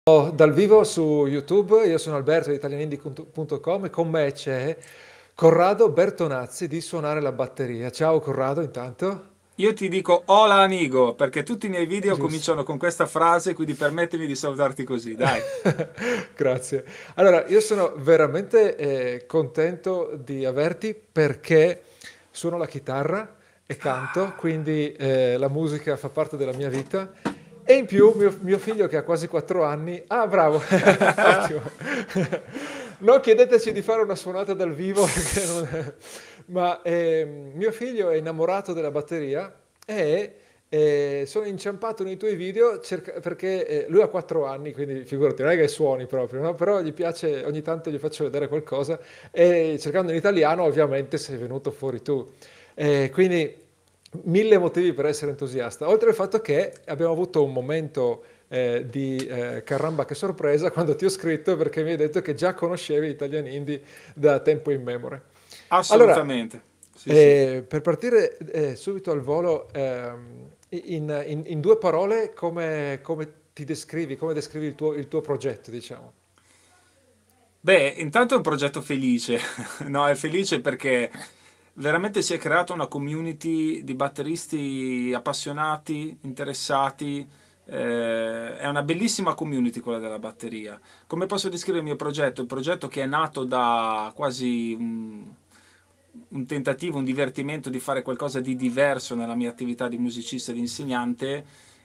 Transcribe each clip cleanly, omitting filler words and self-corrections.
Dal vivo su YouTube, io sono Alberto di italianindie.com e con me c'è Corrado Bertonazzi di Suonare la Batteria. Ciao Corrado, intanto. Io ti dico hola amigo, perché tutti i miei video Giusto. cominciano con questa frase, quindi permettimi di salutarti così, dai. Grazie. Allora, io sono veramente contento di averti perché suono la chitarra e canto, quindi la musica fa parte della mia vita. E in più mio figlio che ha quasi 4 anni, ah bravo, ottimo, non chiedeteci di fare una suonata dal vivo, perché ma mio figlio è innamorato della batteria e sono inciampato nei tuoi video perché lui ha 4 anni, quindi figurati, non è che suoni proprio, no? Però gli piace, ogni tanto gli faccio vedere qualcosa e cercando in italiano ovviamente sei venuto fuori tu. Quindi mille motivi per essere entusiasta, oltre al fatto che abbiamo avuto un momento di caramba che sorpresa quando ti ho scritto perché mi hai detto che già conoscevi Italian Indie da tempo immemore. Allora, Assolutamente, sì sì. per partire subito al volo, in due parole, come ti descrivi, come descrivi il tuo progetto, diciamo? Beh, intanto è un progetto felice, no, è felice perché veramente si è creata una community di batteristi appassionati, interessati, è una bellissima community quella della batteria. Come posso descrivere il mio progetto? Il progetto che è nato da quasi un tentativo, un divertimento di fare qualcosa di diverso nella mia attività di musicista e di insegnante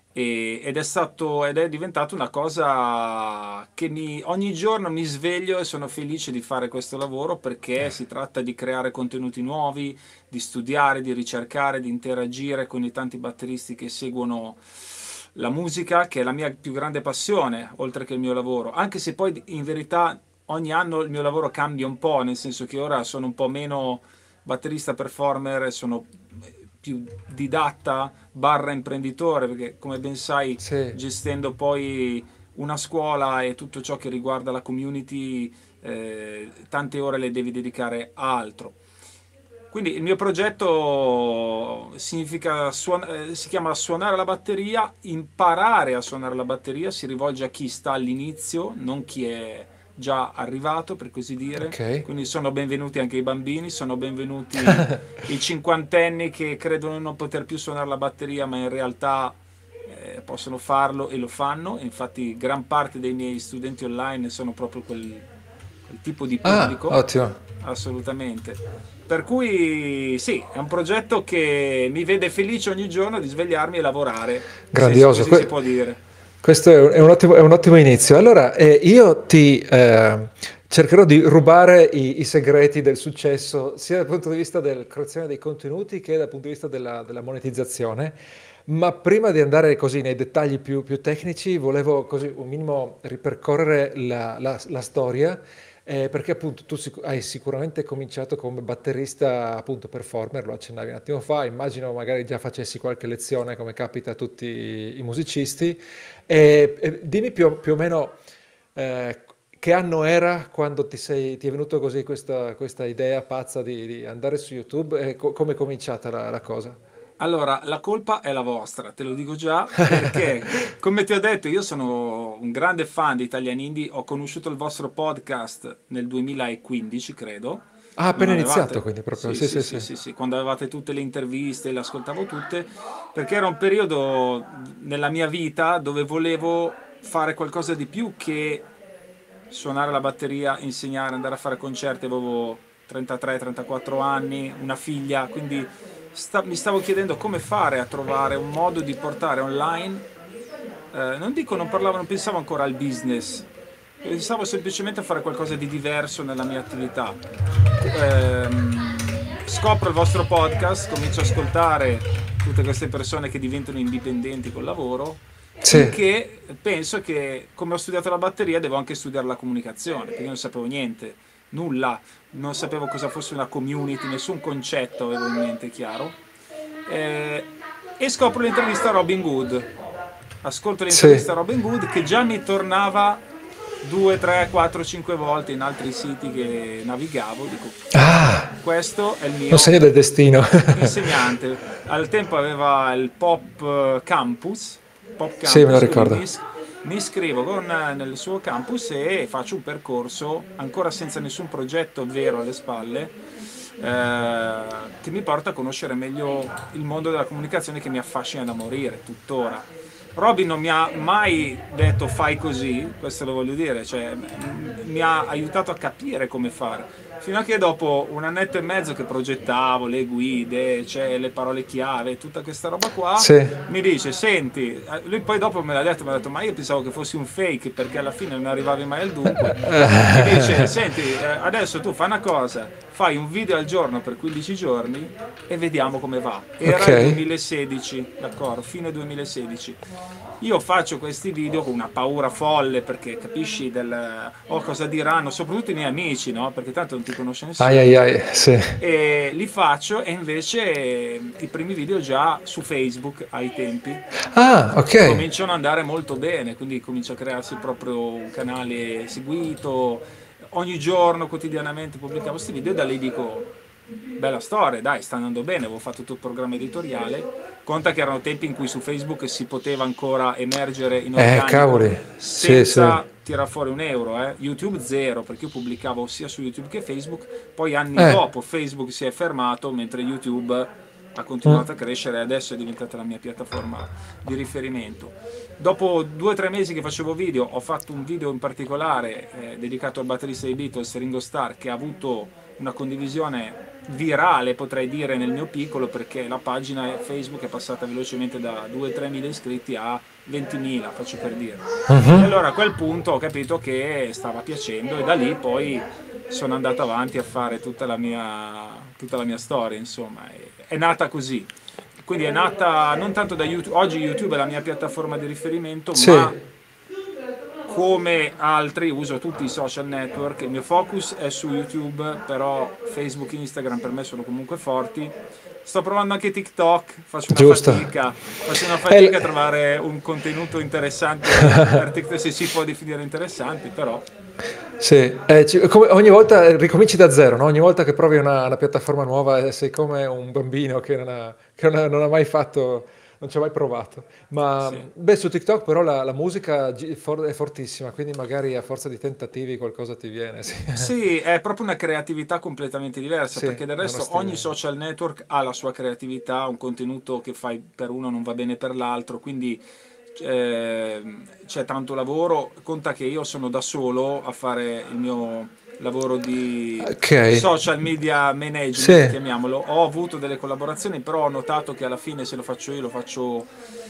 ed è diventato una cosa che ogni giorno mi sveglio e sono felice di fare questo lavoro perché si tratta di creare contenuti nuovi, di studiare, di ricercare, di interagire con i tanti batteristi che seguono la musica, che è la mia più grande passione, oltre che il mio lavoro, anche se poi in verità ogni anno il mio lavoro cambia un po', nel senso che ora sono un po' meno batterista performer, sono più didatta barra imprenditore, perché come ben sai, Sì. gestendo poi una scuola e tutto ciò che riguarda la community, tante ore le devi dedicare a altro. Quindi il mio progetto si chiama suonare la batteria, imparare a suonare la batteria, si rivolge a chi sta all'inizio, non chi è già arrivato, per così dire. Ok. Quindi sono benvenuti anche i bambini, sono benvenuti i cinquantenni che credono di non poter più suonare la batteria, ma in realtà possono farlo e lo fanno. Infatti gran parte dei miei studenti online sono proprio quel tipo di Ah, pubblico, ottimo. assolutamente. Per cui sì, è un progetto che mi vede felice ogni giorno di svegliarmi e lavorare, se Grandioso. così si può dire. Questo è un ottimo inizio. Allora, io ti cercherò di rubare i segreti del successo, sia dal punto di vista della creazione dei contenuti che dal punto di vista della monetizzazione. Ma prima di andare così nei dettagli più tecnici, volevo così un minimo ripercorrere la storia, perché appunto tu hai sicuramente cominciato come batterista, appunto performer, lo accennavi un attimo fa, immagino magari già facessi qualche lezione come capita a tutti i musicisti. E dimmi più o meno eh, che anno era quando ti è venuto così questa idea pazza di andare su YouTube e come è cominciata la cosa? Allora, la colpa è la vostra, te lo dico già, perché come ti ho detto, io sono un grande fan di Italian Indie, ho conosciuto il vostro podcast nel 2015, credo. Ah, Non appena iniziato, avevate? quindi proprio, Sì, sì, sì, sì, sì, sì. sì, sì, quando avevate tutte le interviste, le ascoltavo tutte, perché era un periodo nella mia vita dove volevo fare qualcosa di più che suonare la batteria, insegnare, andare a fare concerti. Avevo 33-34 anni, una figlia, quindi mi stavo chiedendo come fare a trovare un modo di portare online. Non dico, non parlavo, non pensavo ancora al business, pensavo semplicemente a fare qualcosa di diverso nella mia attività. Scopro il vostro podcast, comincio ad ascoltare tutte queste persone che diventano indipendenti col lavoro, Sì. finché penso che, come ho studiato la batteria, devo anche studiare la comunicazione, perché io non sapevo niente, nulla, non sapevo cosa fosse una community, nessun concetto avevo in mente chiaro. Eh, e scopro l'intervista a Robin Hood. Ascolto Sì. l'intervista a Robin Hood che già mi tornava 2, 3, 4, 5 volte in altri siti che navigavo. Dico, Ah, questo è il un mio segno del destino. insegnante. Al tempo aveva il Pop Sì, me lo Campus con i ricordo. dischi. mi iscrivo nel suo campus e faccio un percorso ancora senza nessun progetto vero alle spalle, che mi porta a conoscere meglio il mondo della comunicazione che mi affascina da morire tuttora. Robin non mi ha mai detto fai così, questo lo voglio dire, cioè mi ha aiutato a capire come fare. Fino a che dopo un annetto e mezzo che progettavo le guide, cioè le parole chiave, tutta questa roba qua, Sì. mi dice, senti, lui poi dopo me l'ha detto, mi ha detto, ma io pensavo che fossi un fake perché alla fine non arrivavi mai al dunque. Mi dice, senti, adesso tu fai una cosa, fai un video al giorno per 15 giorni e vediamo come va. Era il Ok. 2016, d'accordo, fine 2016. Io faccio questi video con una paura folle perché capisci oh, cosa diranno, soprattutto i miei amici, no? Perché tanto non ti conosce Ai nessuno. ai ai, sì. E li faccio e invece i primi video già su Facebook ai tempi Ah, ok. cominciano ad andare molto bene, quindi comincia a crearsi proprio un canale seguito, ogni giorno, quotidianamente pubblicavo questi video e da lì dico, bella storia, dai, sta andando bene, avevo fatto tutto il programma editoriale, conta che erano tempi in cui su Facebook si poteva ancora emergere in organico Cavoli. Sì, sì. senza tirar fuori un euro, YouTube zero, perché io pubblicavo sia su YouTube che Facebook, poi anni Eh. dopo Facebook si è fermato mentre YouTube ha Mm. continuato a crescere e adesso è diventata la mia piattaforma di riferimento. Dopo 2 o 3 mesi che facevo video, ho fatto un video in particolare dedicato al batterista dei Beatles, Ringo Starr, che ha avuto una condivisione virale, potrei dire, nel mio piccolo, perché la pagina Facebook è passata velocemente da 2-3 mila iscritti a 20.000, faccio per dire. E Mhm. allora a quel punto ho capito che stava piacendo e da lì poi sono andato avanti a fare tutta la mia storia, insomma, è nata così. Quindi è nata non tanto da YouTube, oggi YouTube è la mia piattaforma di riferimento, Sì. ma come altri uso tutti i social network, il mio focus è su YouTube, però Facebook e Instagram per me sono comunque forti. Sto provando anche TikTok, Giusto. faccio una È fatica a trovare un contenuto interessante per TikTok, se si può definire interessanti, però Sì, ogni volta ricominci da zero, no? Ogni volta che provi una piattaforma nuova sei come un bambino che non ha mai fatto, non ci ha mai provato. Ma sì. beh, su TikTok però la musica è fortissima, quindi magari a forza di tentativi qualcosa ti viene, sì. Sì, è proprio una creatività completamente diversa, Sì, perché del è uno resto ogni stile. social network ha la sua creatività, un contenuto che fai per uno non va bene per l'altro, quindi c'è tanto lavoro. Conta che io sono da solo a fare il mio lavoro di Ok, social media management, sì, chiamiamolo. Ho avuto delle collaborazioni, però ho notato che alla fine se lo faccio io lo faccio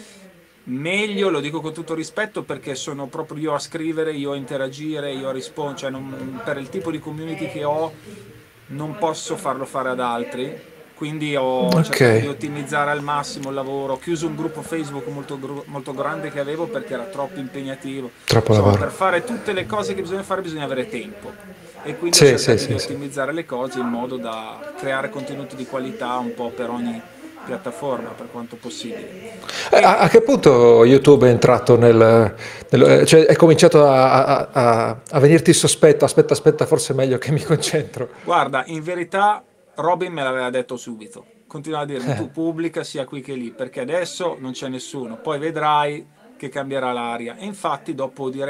meglio, lo dico con tutto rispetto perché sono proprio io a scrivere, io a interagire, io a rispondere, cioè per il tipo di community che ho non posso farlo fare ad altri, quindi ho ok, cercato di ottimizzare al massimo il lavoro, ho chiuso un gruppo Facebook molto, molto grande che avevo perché era troppo impegnativo, troppo insomma per lavoro. fare tutte le cose che bisogna fare bisogna avere tempo e quindi ho Sì, sì, cercato di sì, sì. ottimizzare le cose in modo da creare contenuti di qualità un po' per ogni piattaforma per quanto possibile. A, E a che punto YouTube è entrato cioè è cominciato a venirti sospetto, aspetta, aspetta, forse è meglio che mi concentro. guarda, in verità Robin me l'aveva detto subito. Continua a dirmi tu pubblica sia qui che lì, perché adesso non c'è nessuno, poi vedrai che cambierà l'aria. E infatti dopo direi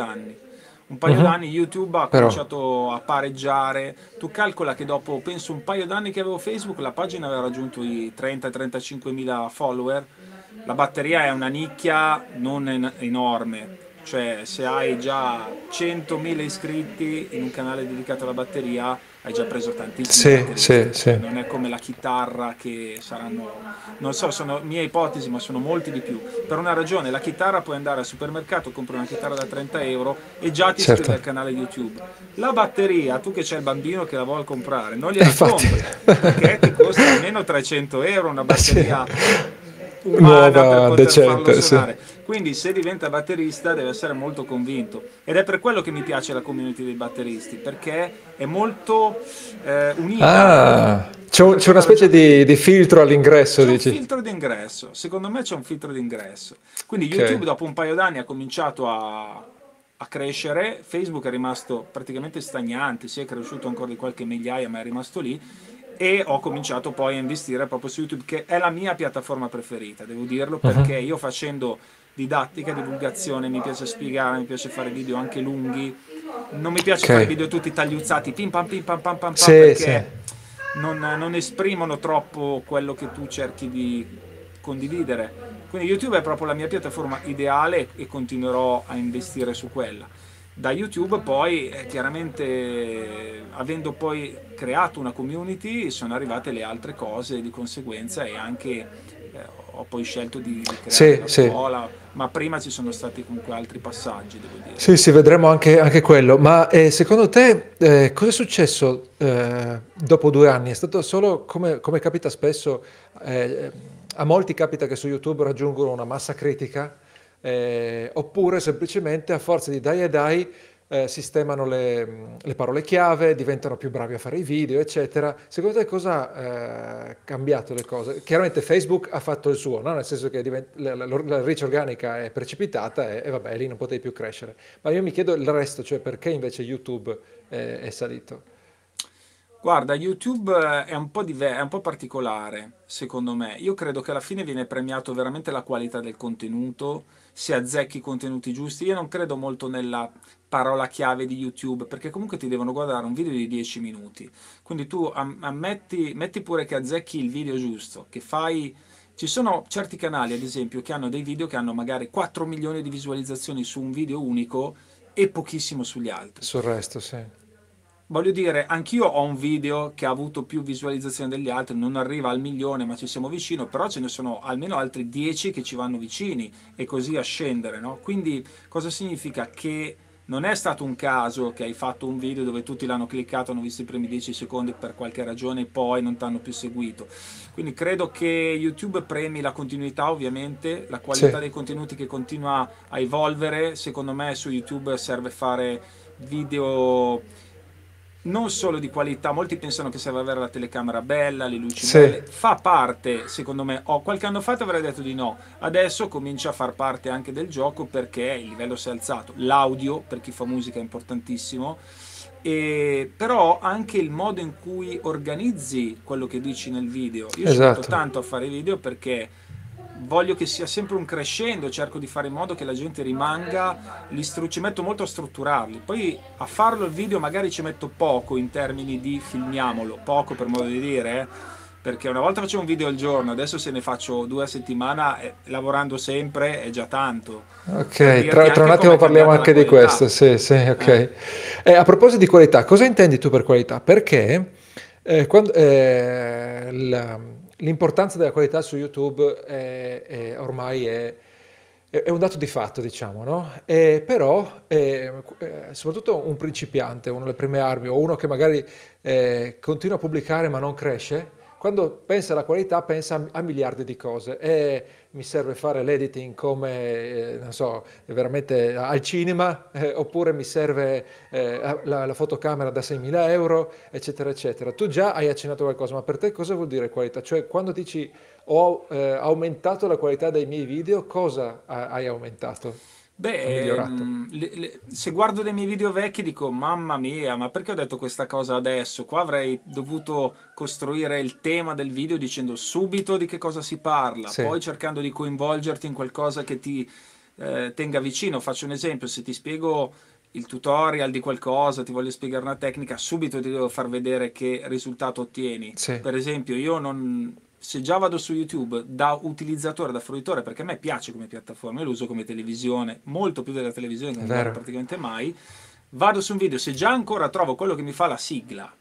un paio Mhm. d'anni YouTube ha Però, cominciato a pareggiare. Tu calcola che dopo, penso un paio d'anni che avevo Facebook, la pagina aveva raggiunto i 30-35 mila follower. La batteria è una nicchia non enorme, cioè se hai già 100.000 iscritti in un canale dedicato alla batteria hai già preso tantissimi sì, sì, batteristi, cioè sì, non è come la chitarra che saranno, non so, sono mie ipotesi, ma sono molti di più. Per una ragione, la chitarra puoi andare al supermercato, compri una chitarra da 30 euro e già ti iscrivi certo. al canale YouTube. La batteria, tu che c'è il bambino che la vuole comprare, non E gliela infatti, compri perché ti costa almeno 300 euro una sì, batteria umana per nuova, poter farlo decente, sì. suonare. Quindi se diventa batterista deve essere molto convinto. Ed è per quello che mi piace la community dei batteristi, perché è molto unita. Ah, E per c'è una quella specie ragione di filtro all'ingresso, c'è un dici? filtro d'ingresso. Secondo me c'è un filtro d'ingresso. Quindi Ok. YouTube dopo un paio d'anni ha cominciato a crescere, Facebook è rimasto praticamente stagnante, si è cresciuto ancora di qualche migliaia, ma è rimasto lì e ho cominciato poi a investire proprio su YouTube, che è la mia piattaforma preferita, devo dirlo, Mhm. perché io facendo didattica, divulgazione, mi piace spiegare, mi piace fare video anche lunghi, non mi piace fare Ok. video tutti tagliuzzati, pim pam pam pam pam, Sì, sì. perché non esprimono troppo quello che tu cerchi di condividere. Quindi YouTube è proprio la mia piattaforma ideale e continuerò a investire su quella. Da YouTube poi, chiaramente, avendo poi creato una community, sono arrivate le altre cose di conseguenza e anche ho poi scelto di creare Sì, la sì. scuola, ma prima ci sono stati comunque altri passaggi, devo dire. Sì, sì, vedremo anche quello. Ma secondo te cosa è successo dopo 2 anni? È stato solo, come capita spesso, eh, a molti capita che su YouTube raggiungono una massa critica, oppure semplicemente a forza di dai e dai sistemano le parole chiave, diventano più bravi a fare i video, eccetera. Secondo te cosa ha cambiato le cose? Chiaramente Facebook ha fatto il suo, no? Nel senso che la reach organica è precipitata e vabbè, lì non potevi più crescere. Ma io mi chiedo il resto, cioè perché invece YouTube è salito? Guarda, YouTube è un po' è un po' particolare, secondo me. Io credo che alla fine viene premiato veramente la qualità del contenuto, se azzecchi i contenuti giusti. Io non credo molto nella parola chiave di YouTube, perché comunque ti devono guardare un video di 10 minuti. Quindi tu metti pure che azzecchi il video giusto, che fai. Ci sono certi canali, ad esempio, che hanno dei video che hanno magari 4 milioni di visualizzazioni su un video unico e pochissimo sugli altri. Sul resto, sì. Voglio dire, anch'io ho un video che ha avuto più visualizzazioni degli altri, non arriva al milione, ma ci siamo vicino, però ce ne sono almeno altri 10 che ci vanno vicini e così a scendere, no? Quindi cosa significa? Che non è stato un caso che hai fatto un video dove tutti l'hanno cliccato, hanno visto i primi 10 secondi per qualche ragione e poi non ti hanno più seguito. Quindi credo che YouTube premi la continuità, ovviamente, la Sì, qualità dei contenuti che continua a evolvere. Secondo me su YouTube serve fare video non solo di qualità, molti pensano che serve avere la telecamera bella, le luci sì. belle, fa parte, secondo me, qualche anno fa ti avrei detto di no, adesso comincia a far parte anche del gioco perché il livello si è alzato, l'audio per chi fa musica è importantissimo, però anche il modo in cui organizzi quello che dici nel video, io ci metto Esatto. tanto a fare video perché voglio che sia sempre un crescendo, cerco di fare in modo che la gente rimanga, ci metto molto a strutturarli, poi a farlo il video magari ci metto poco in termini di filmiamolo, poco per modo di dire, perché una volta facevo un video al giorno, adesso se ne faccio 2 a settimana, lavorando sempre è già tanto, per Ok, dirti tra un anche attimo com'è parliamo cambiata la anche di questo, qualità. sì, sì, Eh. ok. A proposito di qualità, cosa intendi tu per qualità? Perché l'importanza della qualità su YouTube ormai è un dato di fatto, diciamo, no? Però, soprattutto un principiante, uno delle prime armi, o uno che magari continua a pubblicare ma non cresce, quando pensa alla qualità pensa a miliardi di cose. E mi serve fare l'editing come, non so, veramente al cinema, oppure mi serve la fotocamera da 6.000 euro, eccetera, eccetera. Tu già hai accennato qualcosa, ma per te cosa vuol dire qualità? Cioè, quando dici ho aumentato la qualità dei miei video, cosa hai aumentato? Hai Beh, migliorato? se guardo dei miei video vecchi dico, mamma mia, ma perché ho detto questa cosa adesso? Qua avrei dovuto costruire il tema del video dicendo subito di che cosa si parla, Sì, poi cercando di coinvolgerti in qualcosa che ti tenga vicino. Faccio un esempio, se ti spiego il tutorial di qualcosa, ti voglio spiegare una tecnica, subito ti devo far vedere che risultato ottieni. sì, Per esempio, io non, se già vado su YouTube da utilizzatore, da fruitore, perché a me piace come piattaforma, io lo uso come televisione, molto più della televisione che è non guardo vero. praticamente mai, vado su un video, se già ancora trovo quello che mi fa la sigla,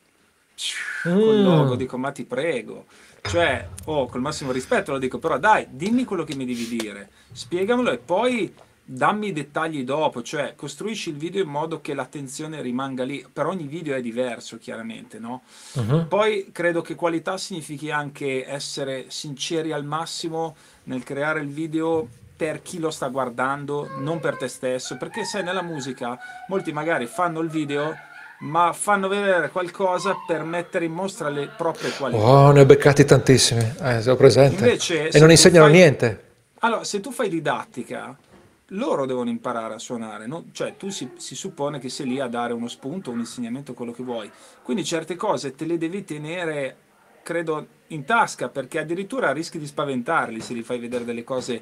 col logo, Mm, dico, ma ti prego. Cioè, col massimo rispetto lo dico, però dai, dimmi quello che mi devi dire, spiegamelo e poi dammi i dettagli dopo, cioè costruisci il video in modo che l'attenzione rimanga lì. Per ogni video è diverso, chiaramente, no? mhm. Poi credo che qualità significhi anche essere sinceri al massimo nel creare il video per chi lo sta guardando, non per te stesso, perché sai, nella musica molti magari fanno il video, ma fanno vedere qualcosa per mettere in mostra le proprie qualità. Oh, ne ho beccati tantissimi, se ho presente. Invece, E non insegnano niente. allora, se tu fai didattica, loro devono imparare a suonare, cioè tu si suppone che sei lì a dare uno spunto, un insegnamento, quello che vuoi. Quindi certe cose te le devi tenere, credo, in tasca, perché addirittura rischi di spaventarli se gli fai vedere delle cose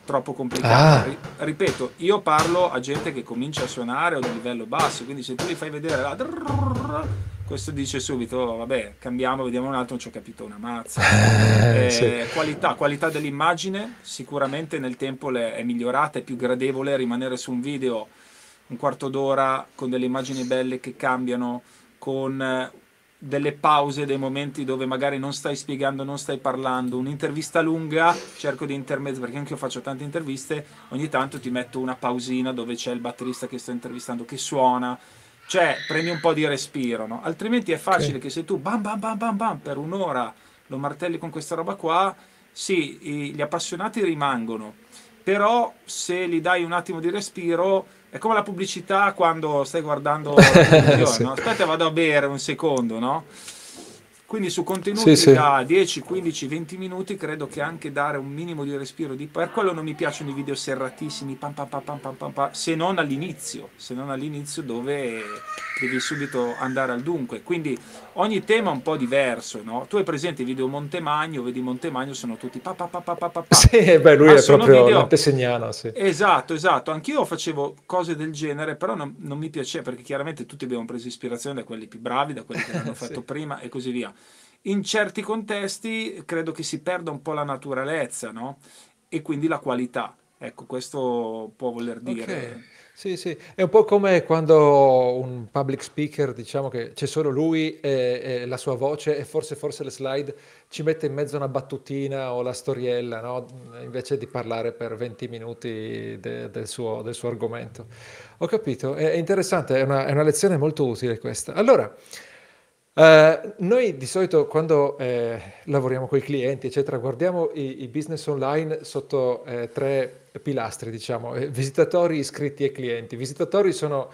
troppo complicata. Ah, Ripeto, io parlo a gente che comincia a suonare o di livello basso, quindi se tu li fai vedere questo dice subito, "Oh, vabbè, cambiamo, vediamo un altro, non ci ho capito una mazza." sì, Qualità dell'immagine, sicuramente nel tempo è migliorata, è più gradevole rimanere su un video un quarto d'ora con delle immagini belle che cambiano, con delle pause, dei momenti dove magari non stai spiegando, non stai parlando. Un'intervista lunga, cerco di intermezzo, perché anche io faccio tante interviste, ogni tanto ti metto una pausina dove c'è il batterista che sto intervistando che suona, cioè prendi un po' di respiro, no? Altrimenti è ok. facile che se tu bam bam bam bam bam per un'ora lo martelli con questa roba qua, sì, gli appassionati rimangono, però se gli dai un attimo di respiro è come la pubblicità quando stai guardando la televisione, Sì, no? Aspetta, vado a bere un secondo, no? Quindi su sì, contenuti sì. da 10, 15, 20 minuti credo che anche dare un minimo di respiro, per quello non mi piacciono i video serratissimi, pam pam pam pam pam pam pam, se non all'inizio dove devi subito andare al dunque. Quindi ogni tema è un po' diverso, no? Tu hai presente i video Montemagno, vedi Montemagno sono tutti pa pa pa pa pa pa pa, Sì, beh, lui ma è sono proprio video. l'antesignano, sì. Esatto, esatto, anch'io facevo cose del genere, però non mi piaceva perché chiaramente tutti abbiamo preso ispirazione da quelli più bravi, da quelli che l'hanno Sì. fatto prima e così via. In certi contesti credo che si perda un po' la naturalezza, no? E quindi la qualità. Ecco, questo può voler Ok, dire. sì, sì, è un po' come quando un public speaker, diciamo che c'è solo lui e la sua voce e forse le slide ci mette in mezzo una battutina o la storiella, no? Invece di parlare per 20 minuti del suo argomento. Ho capito, è interessante, è una lezione molto utile questa. Allora, noi di solito quando lavoriamo con i clienti, eccetera, guardiamo i business online sotto tre pilastri, diciamo, visitatori, iscritti e clienti. Visitatori sono,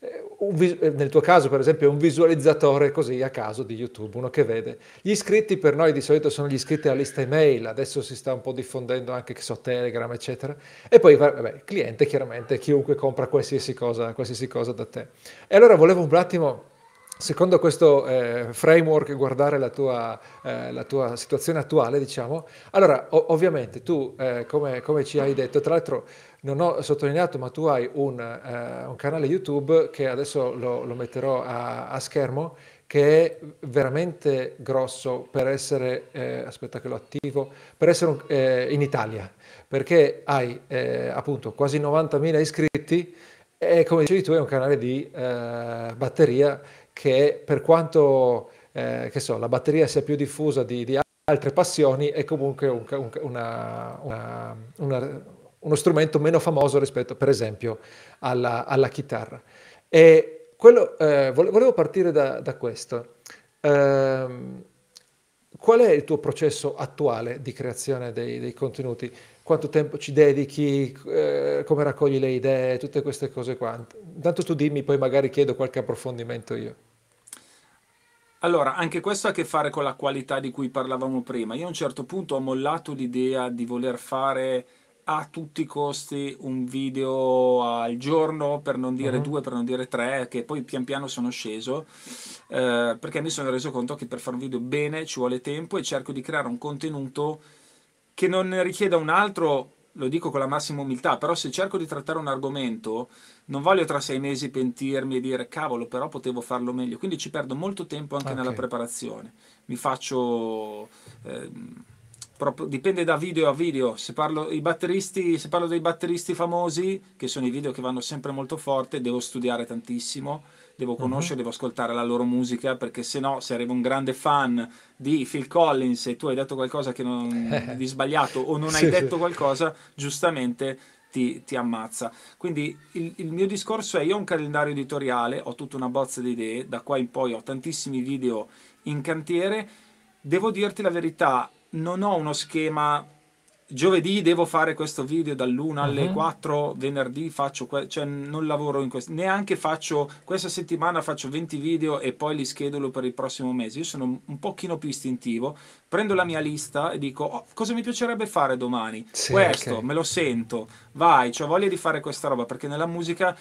nel tuo caso per esempio, è un visualizzatore così a caso di YouTube, uno che vede. Gli iscritti per noi di solito sono gli iscritti alla lista email, adesso si sta un po' diffondendo anche che so, Telegram, eccetera. E poi, vabbè, cliente chiaramente, chiunque compra qualsiasi cosa da te. E allora volevo un attimo, secondo questo framework, guardare la tua situazione attuale, diciamo. Allora, ovviamente tu, come ci hai detto, tra l'altro non ho sottolineato, ma tu hai un canale YouTube che adesso lo metterò a schermo, che è veramente grosso per essere, aspetta che lo attivo, per essere in Italia, perché hai appunto quasi 90.000 iscritti e come dicevi tu è un canale di batteria che per quanto che so, la batteria sia più diffusa di altre passioni, è comunque uno strumento meno famoso rispetto, per esempio, alla chitarra. E quello, volevo partire da questo. Ehm, Qual è il tuo processo attuale di creazione dei contenuti? Quanto tempo ci dedichi? Come raccogli le idee? Tutte queste cose qua. Intanto tu dimmi, poi magari chiedo qualche approfondimento io. Allora, anche questo ha a che fare con la qualità di cui parlavamo prima. Io a un certo punto ho mollato l'idea di voler fare a tutti i costi un video al giorno, per non dire Mhm. due, per non dire tre, che poi pian piano sono sceso, perché mi sono reso conto che per fare un video bene ci vuole tempo e cerco di creare un contenuto che non ne richieda un altro, lo dico con la massima umiltà, però se cerco di trattare un argomento non voglio tra 6 mesi pentirmi e dire cavolo, però potevo farlo meglio. Quindi ci perdo molto tempo anche Ok. nella preparazione. Mi faccio. Dipende da video a video. Se parlo dei batteristi famosi, che sono i video che vanno sempre molto forte, devo studiare tantissimo, devo Mhm. conoscere, devo ascoltare la loro musica, perché se no, se arrivo un grande fan di Phil Collins e tu hai detto qualcosa di sbagliato o non hai Sì, sì. detto qualcosa, giustamente ti ammazza. Quindi il mio discorso è: io ho un calendario editoriale, ho tutta una bozza di idee, da qua in poi ho tantissimi video in cantiere. Devo dirti la verità, non ho uno schema. Giovedì devo fare questo video dall'1 alle Mhm. 4, venerdì faccio, cioè non lavoro in questo, neanche faccio, questa settimana faccio 20 video e poi li schedulo per il prossimo mese. Io sono un pochino più istintivo, prendo la mia lista e dico: "Oh, cosa mi piacerebbe fare domani? Sì, Questo, ok. me lo sento, vai, ho voglia di fare questa roba", perché nella musica,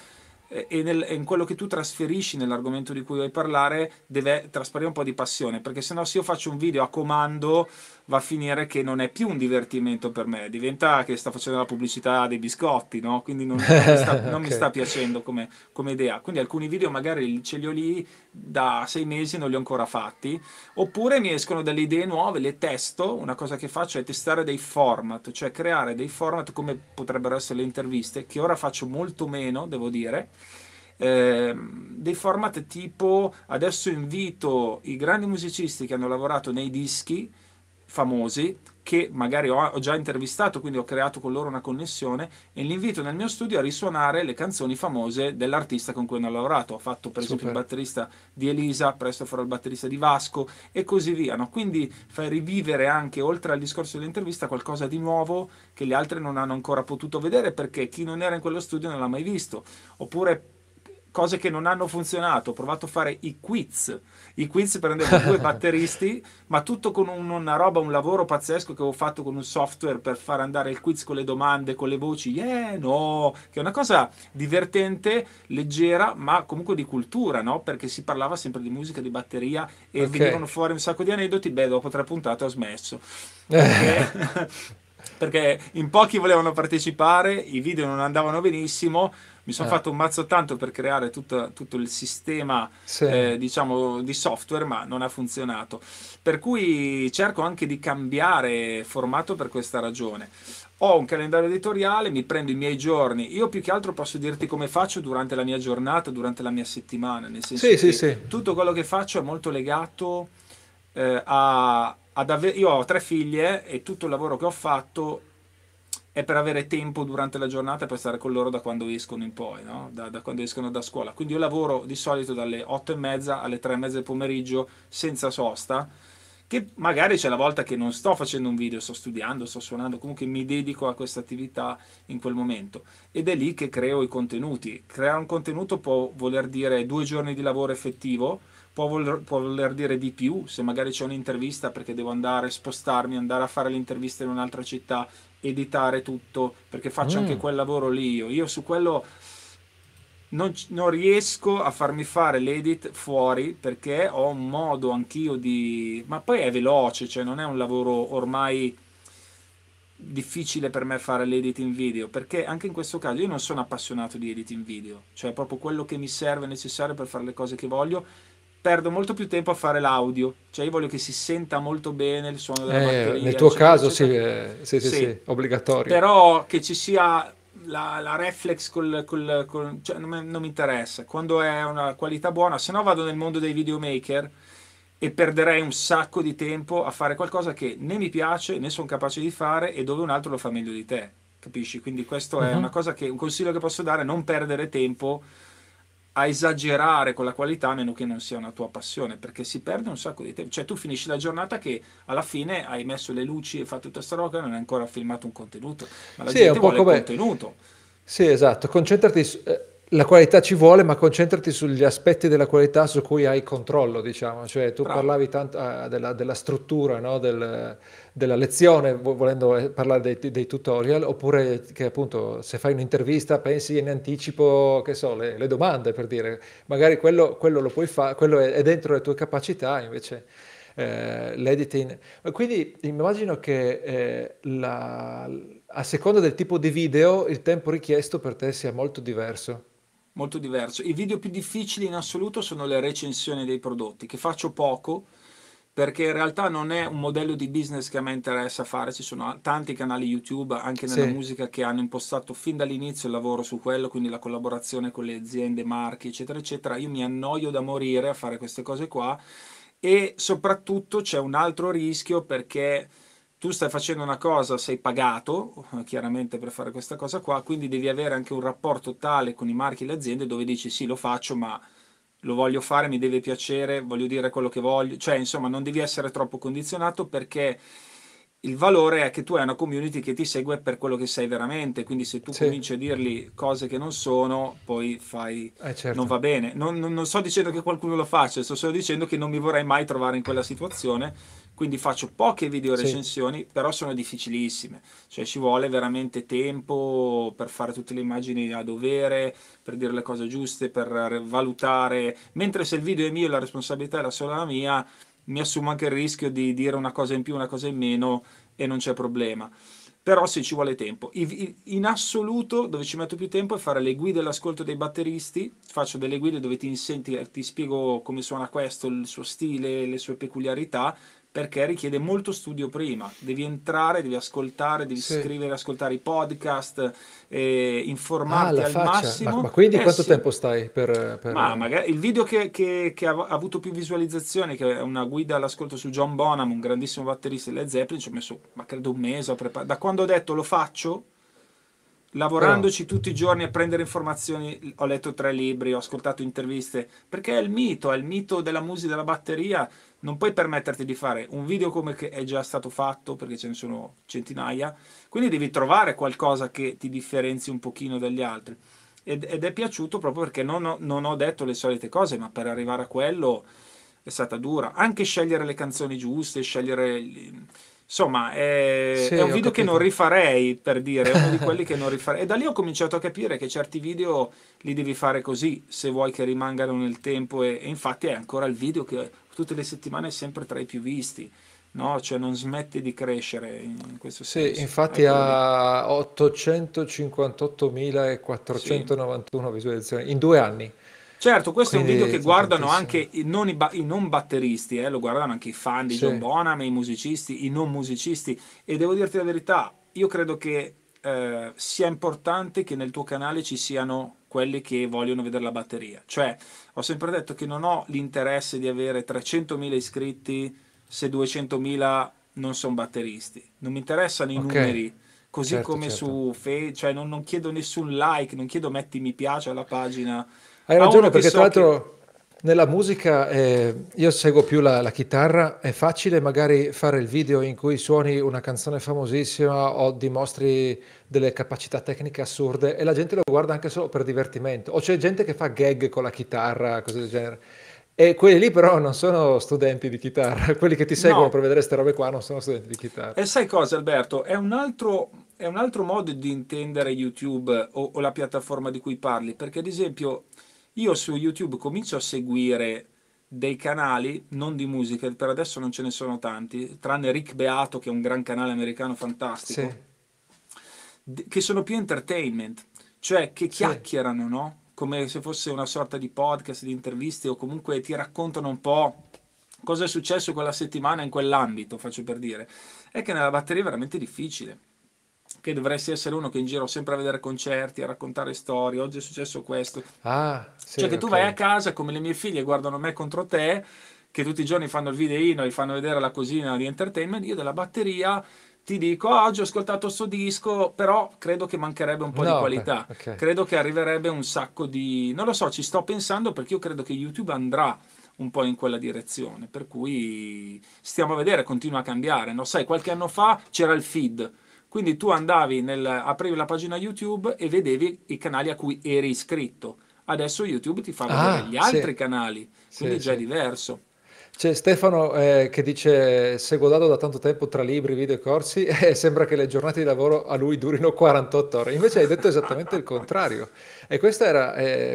e in quello che tu trasferisci nell'argomento di cui vuoi parlare deve trasparire un po' di passione, perché sennò se io faccio un video a comando va a finire che non è più un divertimento per me, diventa che sto facendo la pubblicità dei biscotti, no? Quindi non mi Ok, sta piacendo come idea. Quindi alcuni video magari ce li ho lì da 6 mesi e non li ho ancora fatti, oppure mi escono delle idee nuove, le testo. Una cosa che faccio è testare dei format, cioè creare dei format come potrebbero essere le interviste, che ora faccio molto meno, devo dire. Dei format tipo adesso invito i grandi musicisti che hanno lavorato nei dischi famosi, che magari ho già intervistato, quindi ho creato con loro una connessione, e li invito nel mio studio a risuonare le canzoni famose dell'artista con cui hanno lavorato. Ho fatto per esempio il super. batterista di Elisa, presto farò il batterista di Vasco e così via, no? Quindi fai rivivere anche, oltre al discorso dell'intervista, qualcosa di nuovo che gli altri non hanno ancora potuto vedere perché chi non era in quello studio non l'ha mai visto. Oppure cose che non hanno funzionato. Ho provato a fare i quiz. I quiz prendevo due batteristi, ma tutto con una roba, un lavoro pazzesco che avevo fatto con un software per far andare il quiz con le domande, con le voci, no, che è una cosa divertente, leggera, ma comunque di cultura, no? Perché si parlava sempre di musica, di batteria e Ok. venivano fuori un sacco di aneddoti. Beh, dopo 3 puntate ho smesso perché, perché in pochi volevano partecipare, i video non andavano benissimo. Mi sono Ah, fatto un mazzo tanto per creare tutto il sistema, sì, diciamo, di software, ma non ha funzionato. Per cui cerco anche di cambiare formato per questa ragione. Ho un calendario editoriale, mi prendo i miei giorni. Io più che altro posso dirti come faccio durante la mia giornata, durante la mia settimana, nel senso sì, sì, che sì. tutto quello che faccio è molto legato io ho 3 figlie e tutto il lavoro che ho fatto è per avere tempo durante la giornata per stare con loro da quando escono in poi, no? Da quando escono da scuola. Quindi io lavoro di solito dalle 8:30 alle 3:30 del pomeriggio senza sosta, che magari c'è la volta che non sto facendo un video, sto studiando, sto suonando, comunque mi dedico a questa attività in quel momento. Ed è lì che creo i contenuti. Creare un contenuto può voler dire 2 giorni di lavoro effettivo, può voler dire di più, se magari c'è un'intervista perché devo andare, spostarmi, andare a fare l'intervista in un'altra città, editare tutto, perché faccio anche Mm, quel lavoro lì io. Io su quello non riesco a farmi fare l'edit fuori perché ho un modo anch'io di... Ma poi è veloce, cioè non è un lavoro ormai difficile per me fare l'edit in video, perché anche in questo caso io non sono appassionato di edit in video, cioè proprio quello che mi serve, necessario per fare le cose che voglio. Perdo molto più tempo a fare l'audio, cioè io voglio che si senta molto bene il suono della nel batteria, tuo eccetera, caso sì, eccetera. sì, sì, Sì, sì, obbligatorio. però che ci sia la reflex cioè non mi interessa. Quando è una qualità buona, se no vado nel mondo dei videomaker e perderei un sacco di tempo a fare qualcosa che né mi piace né sono capace di fare e dove un altro lo fa meglio di te. Capisci? Quindi questo è una Mhm. cosa un consiglio che posso dare, non perdere tempo a esagerare con la qualità a meno che non sia una tua passione, perché si perde un sacco di tempo. Cioè tu finisci la giornata che alla fine hai messo le luci e fatto tutta sta roba e non hai ancora filmato un contenuto, ma la Sì, è un gente po' vuole come... contenuto. Sì, esatto, concentrati la qualità ci vuole, ma concentrati sugli aspetti della qualità su cui hai controllo, diciamo. Cioè, tu Bravo. parlavi tanto della struttura, no? Della lezione, volendo parlare dei tutorial, oppure che appunto se fai un'intervista pensi in anticipo, che so, le domande per dire, magari quello lo puoi fare, quello è dentro le tue capacità, invece l'editing. Quindi immagino che a seconda del tipo di video il tempo richiesto per te sia molto diverso. Molto diverso. I video più difficili in assoluto sono le recensioni dei prodotti, che faccio poco perché in realtà non è un modello di business che a me interessa fare. Ci sono tanti canali YouTube, anche nella Sì. musica, che hanno impostato fin dall'inizio il lavoro su quello, quindi la collaborazione con le aziende, marchi, eccetera, eccetera. Io mi annoio da morire a fare queste cose qua e soprattutto c'è un altro rischio perché tu stai facendo una cosa, sei pagato chiaramente per fare questa cosa qua, quindi devi avere anche un rapporto tale con i marchi e le aziende dove dici sì, lo faccio, ma lo voglio fare, mi deve piacere, voglio dire quello che voglio, cioè insomma non devi essere troppo condizionato perché il valore è che tu hai una community che ti segue per quello che sei veramente, quindi se tu Sì, cominci a dirgli cose che non sono, poi non certo. va bene. Non sto dicendo che qualcuno lo faccia, sto solo dicendo che non mi vorrei mai trovare in quella situazione, quindi faccio poche video Sì. recensioni, però sono difficilissime, cioè ci vuole veramente tempo per fare tutte le immagini a dovere, per dire le cose giuste, per valutare, mentre se il video è mio e la responsabilità era solo la mia, mi assumo anche il rischio di dire una cosa in più, una cosa in meno e non c'è problema. Però sì, ci vuole tempo. In assoluto, dove ci metto più tempo è fare le guide all'ascolto dei batteristi. Faccio delle guide dove ti spiego come suona questo, il suo stile, le sue peculiarità, perché richiede molto studio prima. Devi entrare, devi ascoltare, devi Sì. scrivere, ascoltare i podcast, Ah, informarti la al faccia. Ma massimo. quindi Eh quanto sì, tempo stai ma per... magari il video che ha avuto più visualizzazioni, che è una guida all'ascolto su John Bonham, un grandissimo batterista di Led Zeppelin, ci ho messo, ma credo un mese a preparare. Da quando ho detto lo faccio, Però, lavorandoci tutti i giorni a prendere informazioni, ho letto 3 libri, ho ascoltato interviste, perché è il mito della musica, della batteria. Non puoi permetterti di fare un video come che è già stato fatto, perché ce ne sono centinaia, quindi devi trovare qualcosa che ti differenzi un pochino dagli altri. Ed è piaciuto proprio perché non ho detto le solite cose, ma per arrivare a quello è stata dura. Anche scegliere le canzoni giuste, insomma, è sì, un ho video che non capito. rifarei, per dire, è uno di quelli che non rifarei. E da lì ho cominciato a capire che certi video li devi fare così, se vuoi che rimangano nel tempo. E infatti è ancora il video che tutte le settimane è sempre tra i più visti, no? Cioè non smette di crescere in questo Sì, senso. infatti Eccolo lì. ha Sì. 858.491 visualizzazioni in 2 anni. Certo, questo è un video che Quindi, guardano tantissimo. anche i non batteristi, lo guardano anche i fan di John Sì, Bonham, i musicisti, i non musicisti. E devo dirti la verità, io credo che sia importante che nel tuo canale ci siano quelli che vogliono vedere la batteria. Cioè, ho sempre detto che non ho l'interesse di avere 300.000 iscritti se 200.000 non sono batteristi. Non mi interessano i ok, numeri, così certo, come certo. su Facebook, cioè non chiedo nessun like, non chiedo metti mi piace alla pagina Hai a uno ragione che perché tra so che... l'altro nella musica io seguo più la chitarra, è facile magari fare il video in cui suoni una canzone famosissima o dimostri delle capacità tecniche assurde e la gente lo guarda anche solo per divertimento. O c'è gente che fa gag con la chitarra, cose del genere. E quelli lì però non sono studenti di chitarra, quelli che ti seguono No, per vedere queste robe qua non sono studenti di chitarra. e sai cosa Alberto? È un altro modo di intendere YouTube o la piattaforma di cui parli, perché ad esempio io su YouTube comincio a seguire dei canali, non di musica, per adesso non ce ne sono tanti, tranne Rick Beato che è un gran canale americano Sì, fantastico, che sono più entertainment, cioè che sì. chiacchierano, no? Come se fosse una sorta di podcast, di interviste o comunque ti raccontano un po' cosa è successo quella settimana in quell'ambito, faccio per dire. È che nella batteria è veramente difficile, che dovresti essere uno che in giro sempre a vedere concerti, a raccontare storie, oggi è successo questo. Ah, sì, Cioè che tu vai a ok. casa come le mie figlie guardano me contro te, che tutti i giorni fanno il videino e fanno vedere la cosina di entertainment, io della batteria ti dico, "Ah, oggi ho ascoltato sto disco, però credo che mancherebbe un po' di No, beh, qualità, ok. credo che arriverebbe un sacco di... Non lo so, ci sto pensando perché io credo che YouTube andrà un po' in quella direzione, per cui stiamo a vedere, continua a cambiare, no? Sai, qualche anno fa c'era il feed, quindi tu andavi aprivi la pagina YouTube e vedevi i canali a cui eri iscritto. Adesso YouTube ti fa vedere Ah, gli sì, altri canali, sì, quindi già è sì. diverso. C'è Stefano che dice: Seguo Dado da tanto tempo tra libri, video e corsi, e sembra che le giornate di lavoro a lui durino 48 ore. Invece hai detto esattamente il contrario. E questa era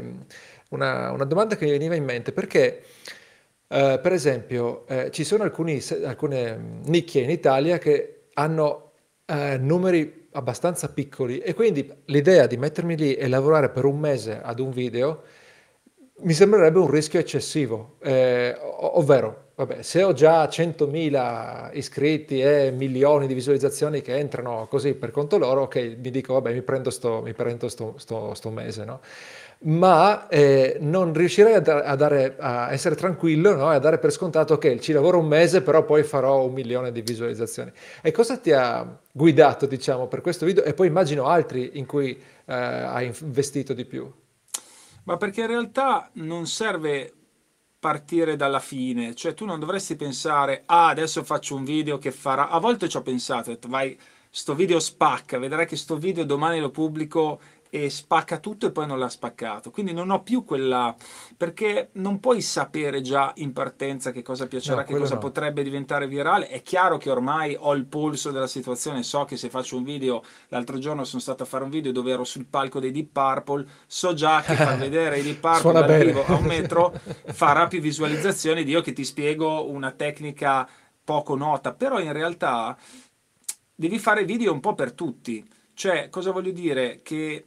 una domanda che mi veniva in mente perché, per esempio, ci sono alcune nicchie in Italia che hanno numeri abbastanza piccoli e quindi l'idea di mettermi lì e lavorare per un mese ad un video mi sembrerebbe un rischio eccessivo, ovvero, vabbè, se ho già 100.000 iscritti e milioni di visualizzazioni che entrano così per conto loro, ok, mi dico, vabbè, mi prendo sto mese, no? Ma non riuscirei a essere tranquillo, no? E a dare per scontato che ci lavoro un mese, però poi farò 1 milione di visualizzazioni. E cosa ti ha guidato, diciamo, per questo video? E poi immagino altri in cui hai investito di più. Ma perché in realtà non serve partire dalla fine, cioè tu non dovresti pensare, ah, adesso faccio un video che farà... A volte ci ho pensato, ho detto, vai, sto video spacca, vedrai che sto video domani lo pubblico e spacca tutto e poi non l'ha spaccato. Quindi non ho più quella, perché non puoi sapere già in partenza che cosa piacerà, No, che quello cosa no. potrebbe diventare virale. È chiaro che ormai ho il polso della situazione, so che se faccio un video, l'altro giorno sono stato a fare un video dove ero sul palco dei Deep Purple, so già che far vedere i Deep Purple Suona dal bene. vivo a un metro farà più visualizzazioni di io che ti spiego una tecnica poco nota, però in realtà devi fare video un po' per tutti. Cioè, cosa voglio dire? Che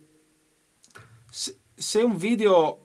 se un video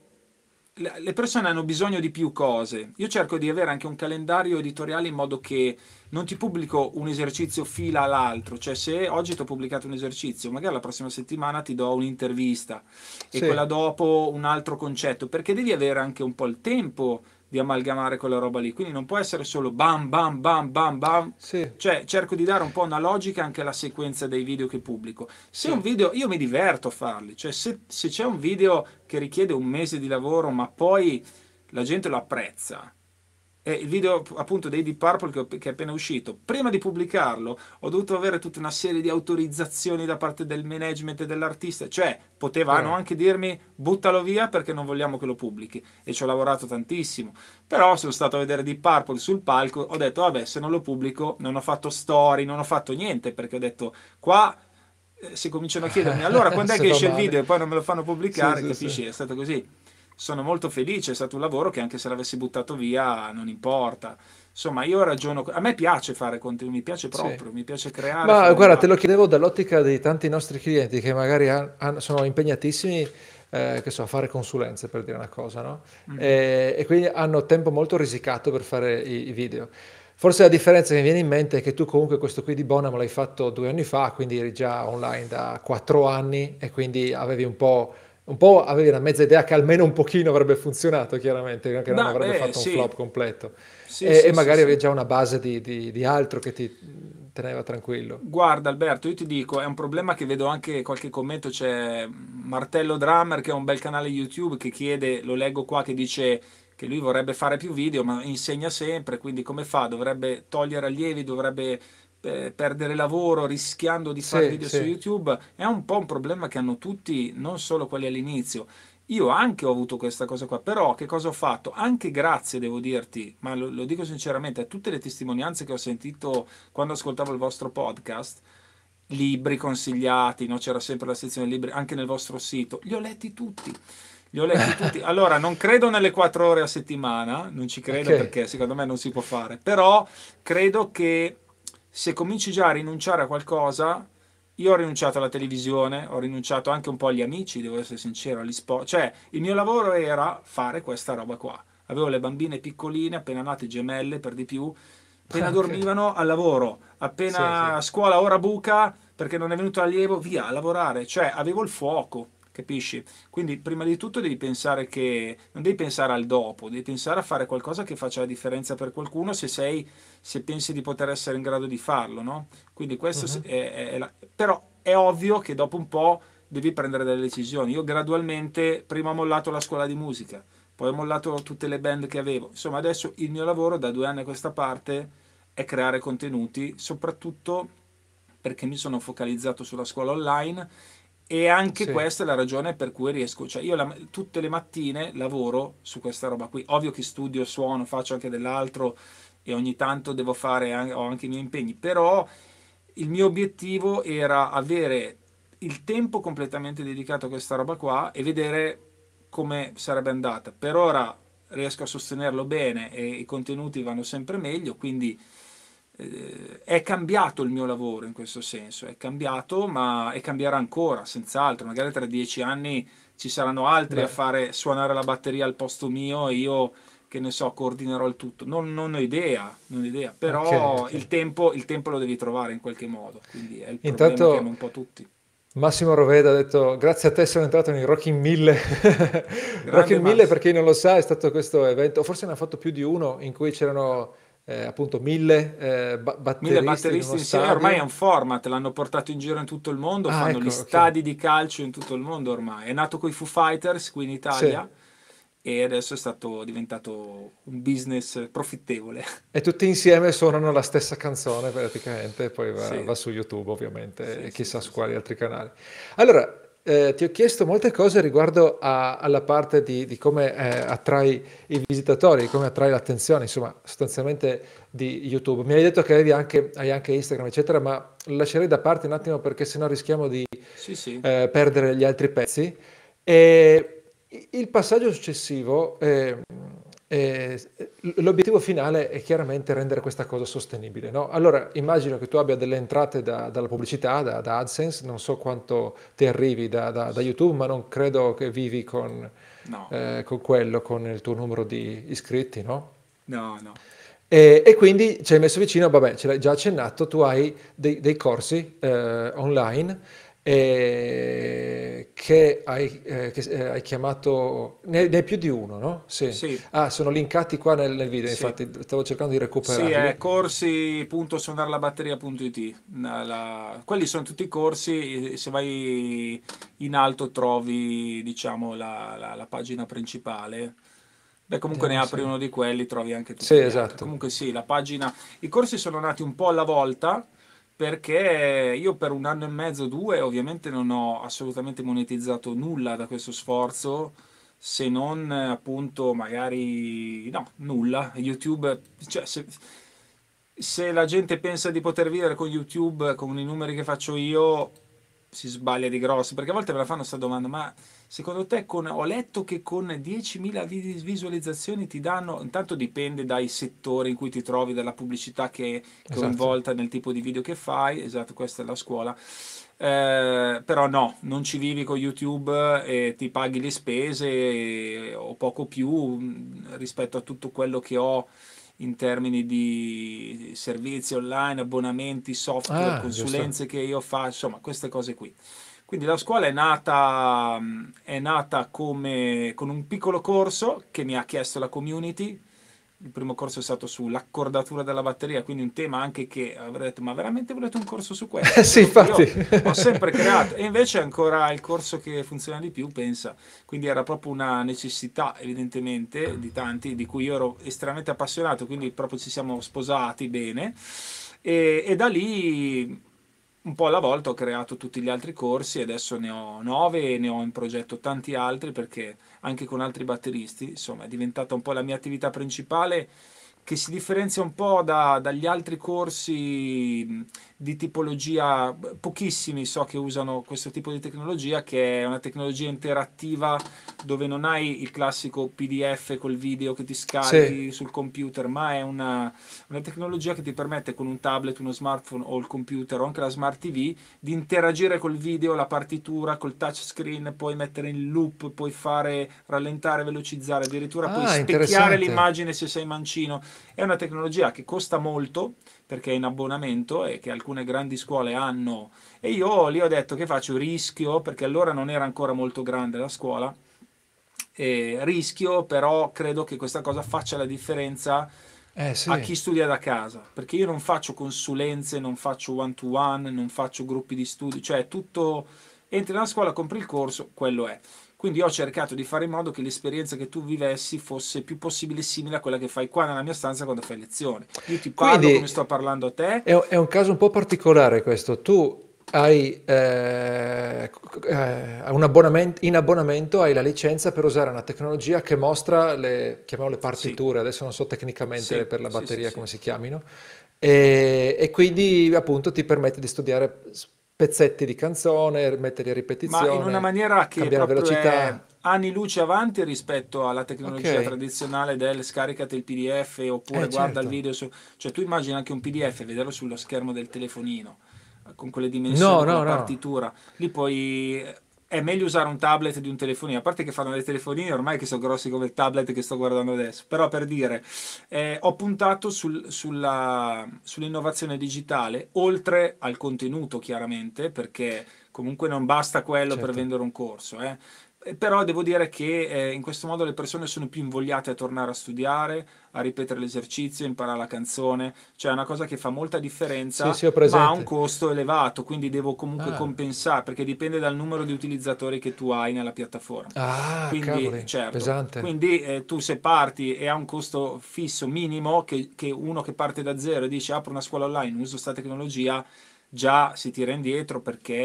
le persone hanno bisogno di più cose. Io cerco di avere anche un calendario editoriale in modo che non ti pubblico un esercizio fila all'altro, cioè se oggi ti ho pubblicato un esercizio, magari la prossima settimana ti do un'intervista e Sì, quella dopo un altro concetto, perché devi avere anche un po' il tempo di amalgamare quella roba lì, quindi non può essere solo bam bam bam bam bam, sì, cioè cerco di dare un po' una logica anche alla sequenza dei video che pubblico. Se un sì. video, io mi diverto a farli, cioè se c'è un video che richiede un mese di lavoro, ma poi la gente lo apprezza. E il video appunto dei Deep Purple che è appena uscito, prima di pubblicarlo ho dovuto avere tutta una serie di autorizzazioni da parte del management e dell'artista, cioè potevano Però, anche dirmi buttalo via perché non vogliamo che lo pubblichi e ci ho lavorato tantissimo, però sono stato a vedere Deep Purple sul palco, ho detto vabbè se non lo pubblico non ho fatto story, non ho fatto niente perché ho detto qua se cominciano a chiedermi allora quando è se che va esce il video male. e poi non me lo fanno Sì, pubblicare, sì, sì. capisci? È stato così. Sono molto felice, è stato un lavoro che anche se l'avessi buttato via non importa. Insomma, io ragiono, a me piace fare contenuti, mi piace Sì. proprio, mi piace creare, Ma fare guarda, te lo dibattito. chiedevo dall'ottica di tanti nostri clienti che magari sono impegnatissimi, che so, a fare consulenze per dire una cosa, no? Mhm. E quindi hanno tempo molto risicato per fare i video. Forse la differenza che mi viene in mente è che tu comunque questo qui di Bonam l'hai fatto 2 anni fa, quindi eri già online da 4 anni e quindi avevi un po' avevi una mezza idea che almeno un pochino avrebbe funzionato, chiaramente, che non No, avrebbe beh, fatto un sì, flop completo. sì, E sì, sì, magari avevi sì. già una base di altro che ti teneva tranquillo. Guarda Alberto, io ti dico, è un problema che vedo anche qualche commento, c'è Martello Drummer che è un bel canale YouTube che chiede, lo leggo qua, che dice che lui vorrebbe fare più video, ma insegna sempre, quindi come fa? Dovrebbe togliere allievi, dovrebbe perdere lavoro rischiando di fare Sì, video su sì, YouTube. È un po' un problema che hanno tutti, non solo quelli all'inizio. Io anche ho avuto questa cosa qua, però che cosa ho fatto? Anche grazie, devo dirti, ma lo dico sinceramente, a tutte le testimonianze che ho sentito quando ascoltavo il vostro podcast, libri consigliati, no? C'era sempre la sezione libri, anche nel vostro sito, li ho letti tutti. Li ho letti tutti. Allora, non credo nelle 4 ore a settimana, non ci ok, credo perché secondo me non si può fare, però credo che se cominci già a rinunciare a qualcosa, io ho rinunciato alla televisione, ho rinunciato anche un po' agli amici, devo essere sincero, agli sport, cioè il mio lavoro era fare questa roba qua. Avevo le bambine piccoline, appena nate gemelle per di più, appena ok, dormivano al lavoro, sì, sì, appena a scuola ora buca perché non è venuto allievo, via a lavorare, cioè avevo il fuoco, capisci? Quindi prima di tutto devi pensare che non devi pensare al dopo, devi pensare a fare qualcosa che faccia la differenza per qualcuno se pensi di poter essere in grado di farlo, no? Quindi questo mhm, però è ovvio che dopo un po' devi prendere delle decisioni. Io gradualmente prima ho mollato la scuola di musica, poi ho mollato tutte le band che avevo. Insomma, adesso il mio lavoro da 2 anni a questa parte è creare contenuti, soprattutto perché mi sono focalizzato sulla scuola online e anche sì, questa è la ragione per cui riesco, cioè io tutte le mattine lavoro su questa roba qui. Ovvio che studio, suono, faccio anche dell'altro e ogni tanto devo fare, ho anche i miei impegni, però il mio obiettivo era avere il tempo completamente dedicato a questa roba qua e vedere come sarebbe andata. Per ora riesco a sostenerlo bene e i contenuti vanno sempre meglio, quindi è cambiato il mio lavoro in questo senso, è cambiato, ma e cambierà ancora, senz'altro. Magari tra 10 anni ci saranno altri a beh, fare suonare la batteria al posto mio e io che ne so, coordinerò il tutto. Non ho idea, non ho idea, ok, però ok. il tempo lo devi trovare in qualche modo, quindi è il problema che hanno Intanto un po' tutti. Massimo Roveda ha detto grazie a te sono entrato nei Rock in 1000. Rock Grande in 1000 Mass. per chi non lo sa è stato questo evento, o forse ne ha fatto più di uno, in cui c'erano appunto 1000 Mille batteristi in uno batteristi insieme, ormai è un stadio. format, l'hanno portato in giro in tutto il mondo, Ah, fanno gli ecco, ok. stadi di calcio in tutto il mondo ormai. È nato con i Foo Fighters qui in Sì. Italia e adesso diventato un business profittevole. E tutti insieme suonano la stessa canzone praticamente, poi va Sì, su YouTube ovviamente sì, e sì, chissà sì, su sì. quali altri canali. Allora, ti ho chiesto molte cose riguardo alla parte di come attrai i visitatori, di come attrai l'attenzione, insomma, sostanzialmente di YouTube. Mi hai detto che hai anche Instagram, eccetera, ma lo lascerei da parte un attimo perché sennò rischiamo di Sì, sì. perdere gli altri pezzi. E il passaggio successivo, l'obiettivo finale è chiaramente rendere questa cosa sostenibile, no? Allora, immagino che tu abbia delle entrate dalla pubblicità, da AdSense, non so quanto ti arrivi da YouTube, ma non credo che vivi No, con quello, con il tuo numero di iscritti, no? no, no. E quindi ci hai messo vicino, vabbè, ce l'hai già accennato, tu hai dei corsi online che hai chiamato, ne hai più di uno, no? Sì. Sì, Ah, sono linkati qua nel video, sì. infatti stavo cercando di Sì, è recuperarli. corsi.suonarlabatteria.it. Quelli sono tutti i corsi, se vai in alto trovi, diciamo, la pagina principale. Beh, comunque ne Vediamo apri se... uno di quelli, trovi anche Sì, tutti gli altri. esatto. Comunque sì, i corsi sono nati un po' alla volta perché io per un anno e mezzo, due, ovviamente non ho assolutamente monetizzato nulla da questo sforzo, se non appunto magari no, nulla. YouTube, cioè se la gente pensa di poter vivere con YouTube con i numeri che faccio io, si sbaglia di grosso, perché a volte me la fanno questa domanda, ma secondo te ho letto che con 10.000 visualizzazioni ti danno, intanto dipende dai settori in cui ti trovi, dalla pubblicità che è Esatto. coinvolta nel tipo di video che fai, esatto, questa è la scuola. Però no, non ci vivi con YouTube e ti paghi le spese o poco più rispetto a tutto quello che ho in termini di servizi online, abbonamenti, software, Ah, giusto. consulenze che io faccio, insomma, queste cose qui. Quindi la scuola è nata con un piccolo corso che mi ha chiesto la community. Il primo corso è stato sull'accordatura della batteria, quindi un tema anche che avrei detto, ma veramente volete un corso su questo? Sì, Quello che infatti. io ho sempre creato. E invece è ancora il corso che funziona di più, pensa. Quindi era proprio una necessità, evidentemente, di tanti, di cui io ero estremamente appassionato, quindi proprio ci siamo sposati bene. E da lì un po' alla volta ho creato tutti gli altri corsi e adesso ne ho 9 e ne ho in progetto tanti altri perché anche con altri batteristi, insomma, è diventata un po' la mia attività principale che si differenzia un po' dagli altri corsi di tipologia, pochissimi so che usano questo tipo di tecnologia, che è una tecnologia interattiva dove non hai il classico PDF col video che ti Sì. scarichi sul computer, ma è una tecnologia che ti permette con un tablet, uno smartphone o il computer o anche la smart TV di interagire col video, la partitura, col touchscreen, puoi mettere in loop, puoi fare rallentare, velocizzare, addirittura puoi Ah, specchiare interessante. l'immagine se sei mancino. È una tecnologia che costa molto perché è in abbonamento e che alcune grandi scuole hanno. E io lì ho detto che faccio rischio, perché allora non era ancora molto grande la scuola, e rischio, però credo che questa cosa faccia la differenza Eh a sì. chi studia da casa, perché io non faccio consulenze, non faccio one to one, non faccio gruppi di studio, cioè tutto, entri nella scuola, compri il corso, quello è. Quindi ho cercato di fare in modo che l'esperienza che tu vivessi fosse più possibile simile a quella che fai qua nella mia stanza quando fai lezione. Io ti parlo come Quindi sto parlando a te. è un caso un po' particolare questo. Tu hai in abbonamento hai la licenza per usare una tecnologia che mostra chiamiamole Sì, partiture, adesso non so tecnicamente sì, per la sì, sì, batteria sì. come si chiamino, e quindi appunto ti permette di studiare pezzetti di canzone, metterli a Ma in una ripetizione, maniera che cambiare proprio è velocità. anni luce avanti rispetto alla Ok, tecnologia tradizionale del scaricati il PDF oppure guarda il certo. video su... Cioè tu immagini anche un PDF e vederlo sullo schermo del telefonino con quelle dimensioni, No, con la no, no. partitura. Lì poi è meglio usare un tablet di un telefonino, a parte che fanno dei telefonini ormai che sono grossi come il tablet che sto guardando adesso, però per dire, ho puntato sull'innovazione digitale, oltre al contenuto chiaramente, perché comunque non basta quello per Certo. vendere un corso, eh. Però devo dire che in questo modo le persone sono più invogliate a tornare a studiare, a ripetere l'esercizio, a imparare la canzone, cioè è una cosa che fa molta Sì, differenza, sì, ho ma ha un presente. costo elevato, quindi devo comunque Ah, compensare, perché dipende dal numero di utilizzatori che tu hai nella piattaforma. ah, Quindi, cavoli, certo, pesante. quindi tu se parti e ha un costo fisso minimo, che uno che parte da zero e dice apro una scuola online, uso questa tecnologia, già si tira indietro perché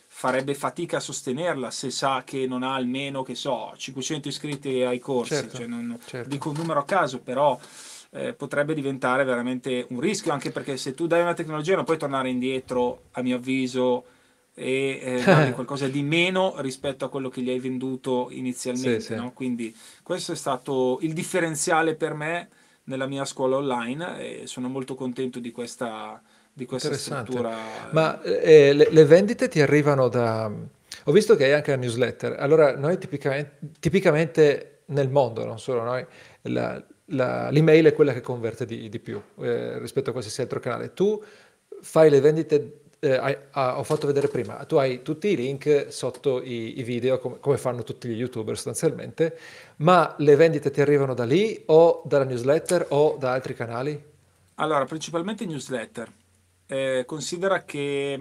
farebbe fatica a sostenerla se sa che non ha almeno, che so, 500 iscritti ai corsi, certo, cioè certo. dico un numero a caso, però potrebbe diventare veramente un rischio, anche perché se tu dai una tecnologia non puoi tornare indietro, a mio avviso, e dargli qualcosa di meno rispetto a quello che gli hai venduto Sì, inizialmente, sì, no? Quindi questo è stato il differenziale per me nella mia scuola online e sono molto contento di questa interessante. struttura. Ma le vendite ti arrivano da... Ho visto che hai anche la newsletter. Allora, noi tipicamente nel mondo, non solo noi, l'email è quella che converte di più rispetto a qualsiasi altro canale. Tu fai le vendite, ho fatto vedere prima, tu hai tutti i link sotto i video, come fanno tutti gli YouTuber sostanzialmente, ma le vendite ti arrivano da lì o dalla newsletter o da altri canali? Allora, principalmente newsletter. Considera che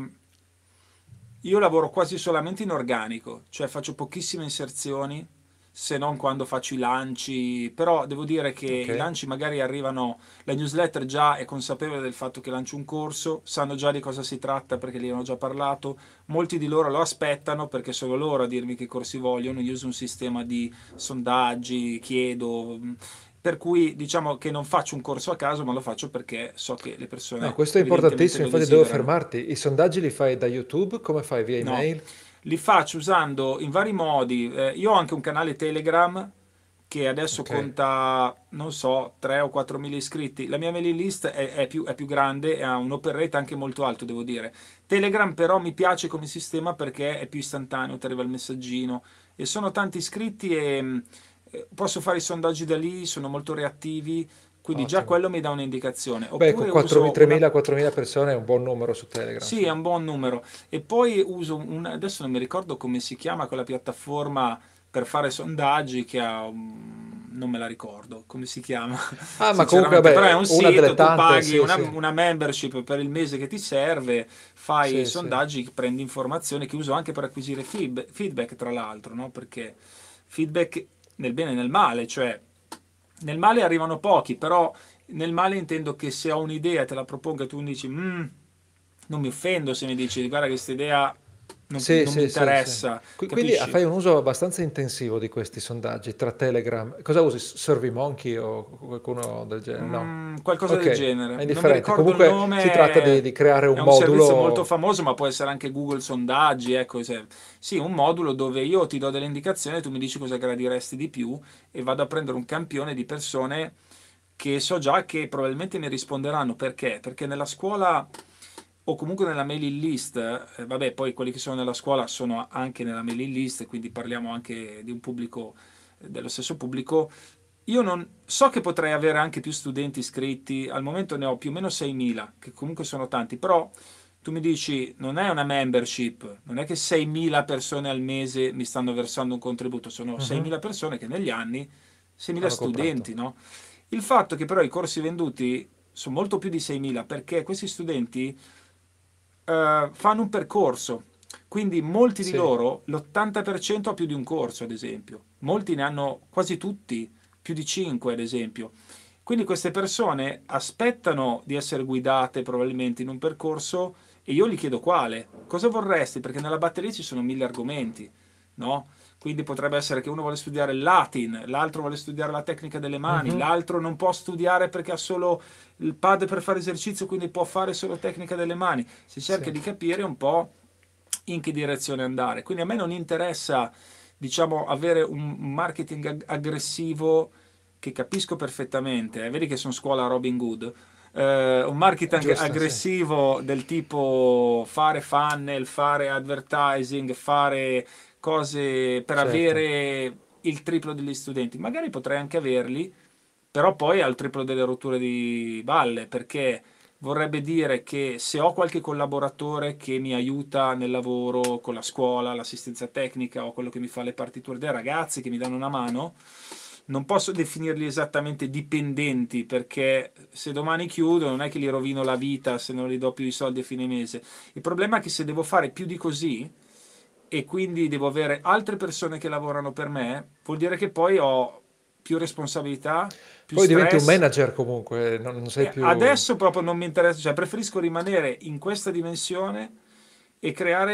io lavoro quasi solamente in organico, cioè faccio pochissime inserzioni, se non quando faccio i lanci, però devo dire che Ok. i lanci magari arrivano, la newsletter già è consapevole del fatto che lancio un corso, sanno già di cosa si tratta perché gli hanno già parlato, molti di loro lo aspettano perché sono loro a dirmi che corsi vogliono, io uso un sistema di sondaggi, chiedo, per cui diciamo che non faccio un corso a caso, ma lo faccio perché so che le No, persone questo è evidentemente importantissimo, lo infatti devo desiderano. fermarti. I sondaggi li fai da YouTube? Come fai? Via No, email? li faccio usando in vari modi. Io ho anche un canale Telegram che adesso Ok. conta, non so, 3 o 4 mila iscritti. La mia mailing list è più grande e ha un open rate anche molto alto, devo dire. Telegram però mi piace come sistema perché è più istantaneo, ti arriva il messaggino e sono tanti iscritti e posso fare i sondaggi da lì, sono molto reattivi, quindi già Ottimo. quello mi dà un'indicazione. Beh, con Oppure uso una... 3.000-4.000 persone è un buon numero su Telegram, Sì, è sì. un buon numero. E poi uso adesso non mi ricordo come si chiama quella piattaforma per fare sondaggi che ha non me la ricordo come si chiama, Ah, ma comunque, sinceramente, però è vabbè, un una delle sito, tu tante, paghi sì, sì. una membership per il mese che ti serve, fai i Sì, sì. sondaggi, prendi informazioni che uso anche per acquisire feedback, tra l'altro, no? Perché feedback nel bene e nel male, cioè nel male arrivano pochi, però nel male intendo che se ho un'idea e te la propongo e tu mi dici, non mi offendo se mi dici, guarda che questa idea Sì, non mi sì, sì, sì. interessa, Quindi capisci? fai un uso abbastanza intensivo di questi sondaggi tra Telegram. Cosa usi? SurveyMonkey o qualcuno del genere? No. Qualcosa del Ok, è genere. Non mi indifferente. ricordo il Comunque si tratta nome, di creare è un un servizio molto modulo. famoso, ma può essere anche Google Sondaggi, ecco, sì, un modulo dove io ti do delle indicazioni e tu mi dici cosa gradiresti di più e vado a prendere un campione di persone che so già che probabilmente mi risponderanno. Perché? Perché nella scuola o comunque nella mailing list, vabbè, poi quelli che sono nella scuola sono anche nella mailing list, quindi parliamo anche di un pubblico, dello stesso pubblico. Io non so che potrei avere anche più studenti iscritti, al momento ne ho più o meno 6.000, che comunque sono tanti, però tu mi dici non è una membership, non è che 6.000 persone al mese mi stanno versando un contributo, sono Mhm. 6.000 persone che negli anni, 6.000 Hanno comprato. studenti, no? Il fatto che però i corsi venduti sono molto più di 6.000 perché questi studenti fanno un percorso, quindi molti di Sì, loro, l'80% ha più di un corso, ad esempio. Molti ne hanno quasi tutti, più di 5, ad esempio. Quindi queste persone aspettano di essere guidate probabilmente in un percorso e io gli chiedo quale. Cosa vorresti? Perché nella batteria ci sono 1.000 argomenti, no? Quindi potrebbe essere che uno vuole studiare il Latin, l'altro vuole studiare la tecnica delle mani, mhm. l'altro non può studiare perché ha solo il pad per fare esercizio, quindi può fare solo tecnica delle mani. Si cerca Sì. di capire un po' in che direzione andare. Quindi a me non interessa, diciamo, avere un marketing aggressivo che capisco perfettamente. Vedi che sono scuola Robin Hood. Un marketing Giusto, sì. aggressivo del tipo fare funnel, fare advertising, fare cose per Certo. avere il triplo degli studenti. Magari potrei anche averli, però poi al triplo delle rotture di balle, perché vorrebbe dire che se ho qualche collaboratore che mi aiuta nel lavoro con la scuola, l'assistenza tecnica o quello che mi fa le partiture dei ragazzi che mi danno una mano, non posso definirli esattamente dipendenti perché se domani chiudo non è che gli rovino la vita se non gli do più i soldi a fine mese. Il problema è che se devo fare più di così e quindi devo avere altre persone che lavorano per me, vuol dire che poi ho più responsabilità, più Poi diventi un stress. manager comunque, non sei E più... adesso proprio non mi interessa, cioè preferisco rimanere in questa dimensione e creare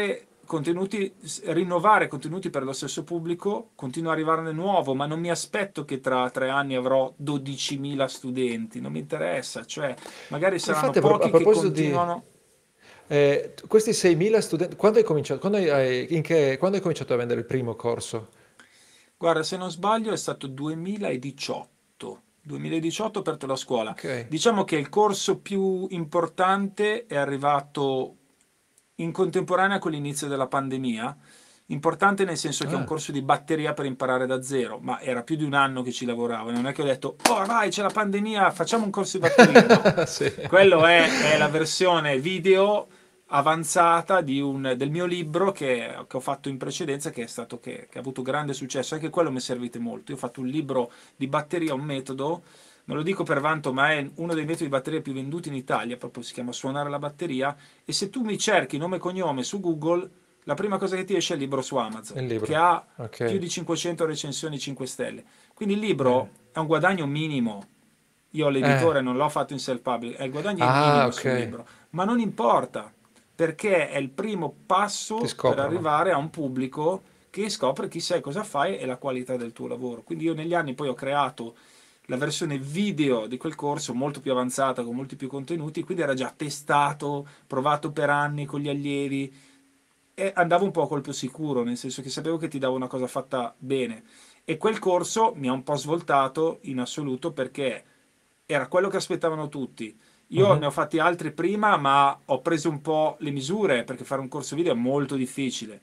rinnovare contenuti per lo stesso pubblico, continua a arrivarne nuovo, ma non mi aspetto che tra 3 anni avrò 12.000 studenti, non mi interessa, cioè magari saranno Infatti, a pochi che proposito di continuano. questi 6.000 studenti, quando hai cominciato, quando hai cominciato a vendere il primo corso? Guarda, se non sbaglio è stato 2018. 2018 ho aperto la scuola. Ok. Diciamo che il corso più importante è arrivato in contemporanea con l'inizio della pandemia. Importante nel senso che è un Ah, corso di batteria per imparare da zero, ma era più di un anno che ci lavoravo. Non è che ho detto, oh vai, c'è la pandemia, facciamo un corso di batteria. No, sì. quello è la versione video avanzata del mio libro che ho fatto in precedenza, che ha avuto grande successo. Anche quello mi è servito molto. Io ho fatto un libro di batteria, un metodo, non lo dico per vanto, ma è uno dei metodi di batteria più venduti in Italia, proprio si chiama Suonare la batteria. E se tu mi cerchi nome e cognome su Google, la prima cosa che ti esce è il libro su Amazon, Il che libro. ha più Ok. di 500 recensioni 5 stelle. Quindi il Eh. libro è un guadagno minimo. Io Eh. l'editore non l'ho fatto in self-public, il guadagno è Ah, minimo ok. sul libro, ma non importa, perché è il primo Ti passo per scoprono. arrivare a un pubblico che scopre chi sei, cosa fai e la qualità del tuo lavoro. Quindi io negli anni poi ho creato la versione video di quel corso molto più avanzata, con molti più contenuti, quindi era già testato, provato per anni con gli allievi e andavo un po' a colpo sicuro, nel senso che sapevo che ti davo una cosa fatta bene. E quel corso mi ha un po' svoltato in assoluto perché era quello che aspettavano tutti. Io ne Mhm. ho fatti altri prima, ma ho preso un po' le misure perché fare un corso video è molto difficile.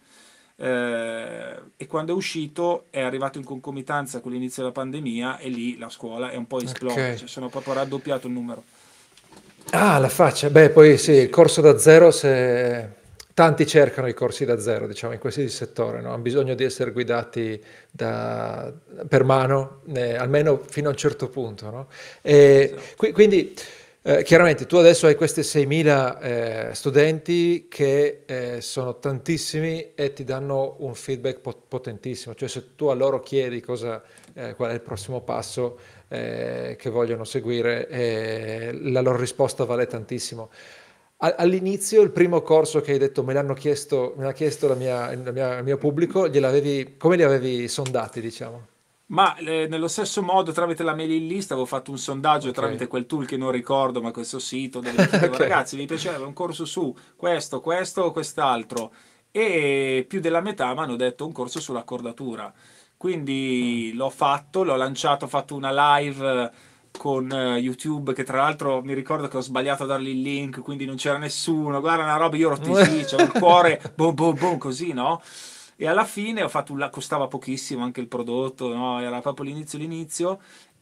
E quando è uscito è arrivato in concomitanza con l'inizio della pandemia e lì la scuola è un po' Ok. esplosa, cioè sono proprio raddoppiato il numero. Ah, la faccia. Beh, poi Sì, sì, il sì. corso da zero, se... tanti cercano i corsi da zero, diciamo, in qualsiasi settore, no? Hanno bisogno di essere guidati per mano, almeno fino a un certo punto, no? E Esatto. quindi, chiaramente, tu adesso hai questi 6.000 studenti che sono tantissimi e ti danno un feedback potentissimo. Cioè, se tu a loro chiedi qual è il prossimo passo, che vogliono seguire, la loro risposta vale tantissimo. All'inizio, il primo corso che hai detto me l'ha chiesto il mio pubblico, come li avevi sondati, diciamo? Ma nello stesso modo, tramite la mailing list, avevo fatto un sondaggio Ok, tramite quel tool che non ricordo, ma questo sito dove gli chiedevo, ok. ragazzi, vi piaceva un corso su questo, questo o quest'altro? E più della metà mi hanno detto un corso sull'accordatura. Mm. Quindi l'ho fatto, l'ho lanciato, ho fatto una live con YouTube, che tra l'altro mi ricordo che ho sbagliato a dargli il link, quindi non c'era nessuno. Guarda una roba, io ero TC, c'avevo il cuore, boom, boom, boom, così, no? E alla fine ho fatto costava pochissimo anche il prodotto, no? Era proprio l'inizio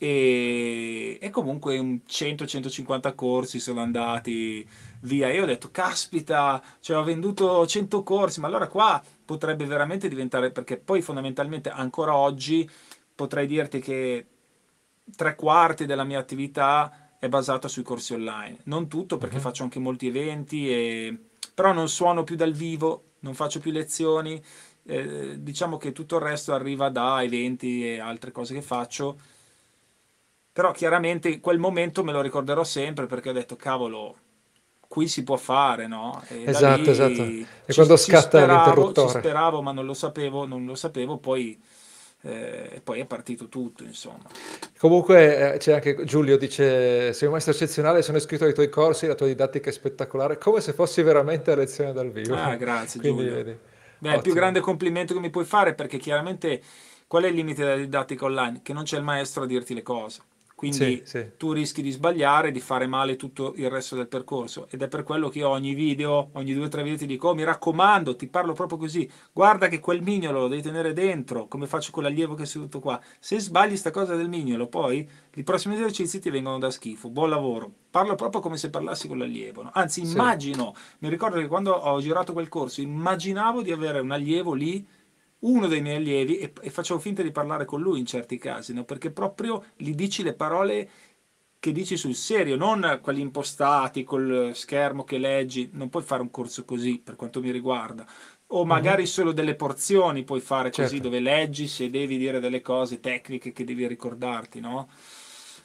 e comunque un 100-150 corsi sono andati via. Io ho detto, caspita, cioè ho venduto 100 corsi, ma allora qua potrebbe veramente diventare, perché poi fondamentalmente ancora oggi potrei dirti che 3 quarti della mia attività è basata sui corsi online. Non tutto perché Mhm. faccio anche molti eventi, però non suono più dal vivo, non faccio più lezioni. Diciamo che tutto il resto arriva da eventi e altre cose che faccio. Però chiaramente quel momento me lo ricorderò sempre perché ho detto, cavolo, qui si può fare, no? E da Esatto, esatto. lì E quando scatta ci l'interruttore. speravo, ma non lo sapevo, poi è partito tutto, insomma. Comunque c'è anche Giulio dice, sei un maestro eccezionale, sono iscritto ai tuoi corsi, la tua didattica è spettacolare, come se fossi veramente a lezione dal Ah, vivo. grazie Quindi Giulio. vedi, Beh, il più grande ottimo. complimento che mi puoi fare perché chiaramente qual è il limite della didattica online? Che non c'è il maestro a dirti le cose. Sì, Quindi sì. tu rischi di sbagliare, di fare male tutto il resto del percorso. Ed è per quello che io ogni video, ogni 2 o 3 video ti dico, oh, mi raccomando, ti parlo proprio così. Guarda che quel mignolo lo devi tenere dentro, come faccio con l'allievo che è seduto qua. Se sbagli sta cosa del mignolo, poi i prossimi esercizi ti vengono da schifo. Buon lavoro. Parlo proprio come se parlassi con l'allievo, no? Anzi, Sì. immagino, mi ricordo che quando ho girato quel corso, immaginavo di avere un allievo lì, uno dei miei allievi, e facevo finta di parlare con lui in certi casi, no? Perché proprio gli dici le parole che dici sul serio, non quelli impostati col schermo che leggi. Non puoi fare un corso così, per quanto mi riguarda. O Mhm. magari solo delle porzioni puoi fare così, Certo. dove leggi se devi dire delle cose tecniche che devi ricordarti, no?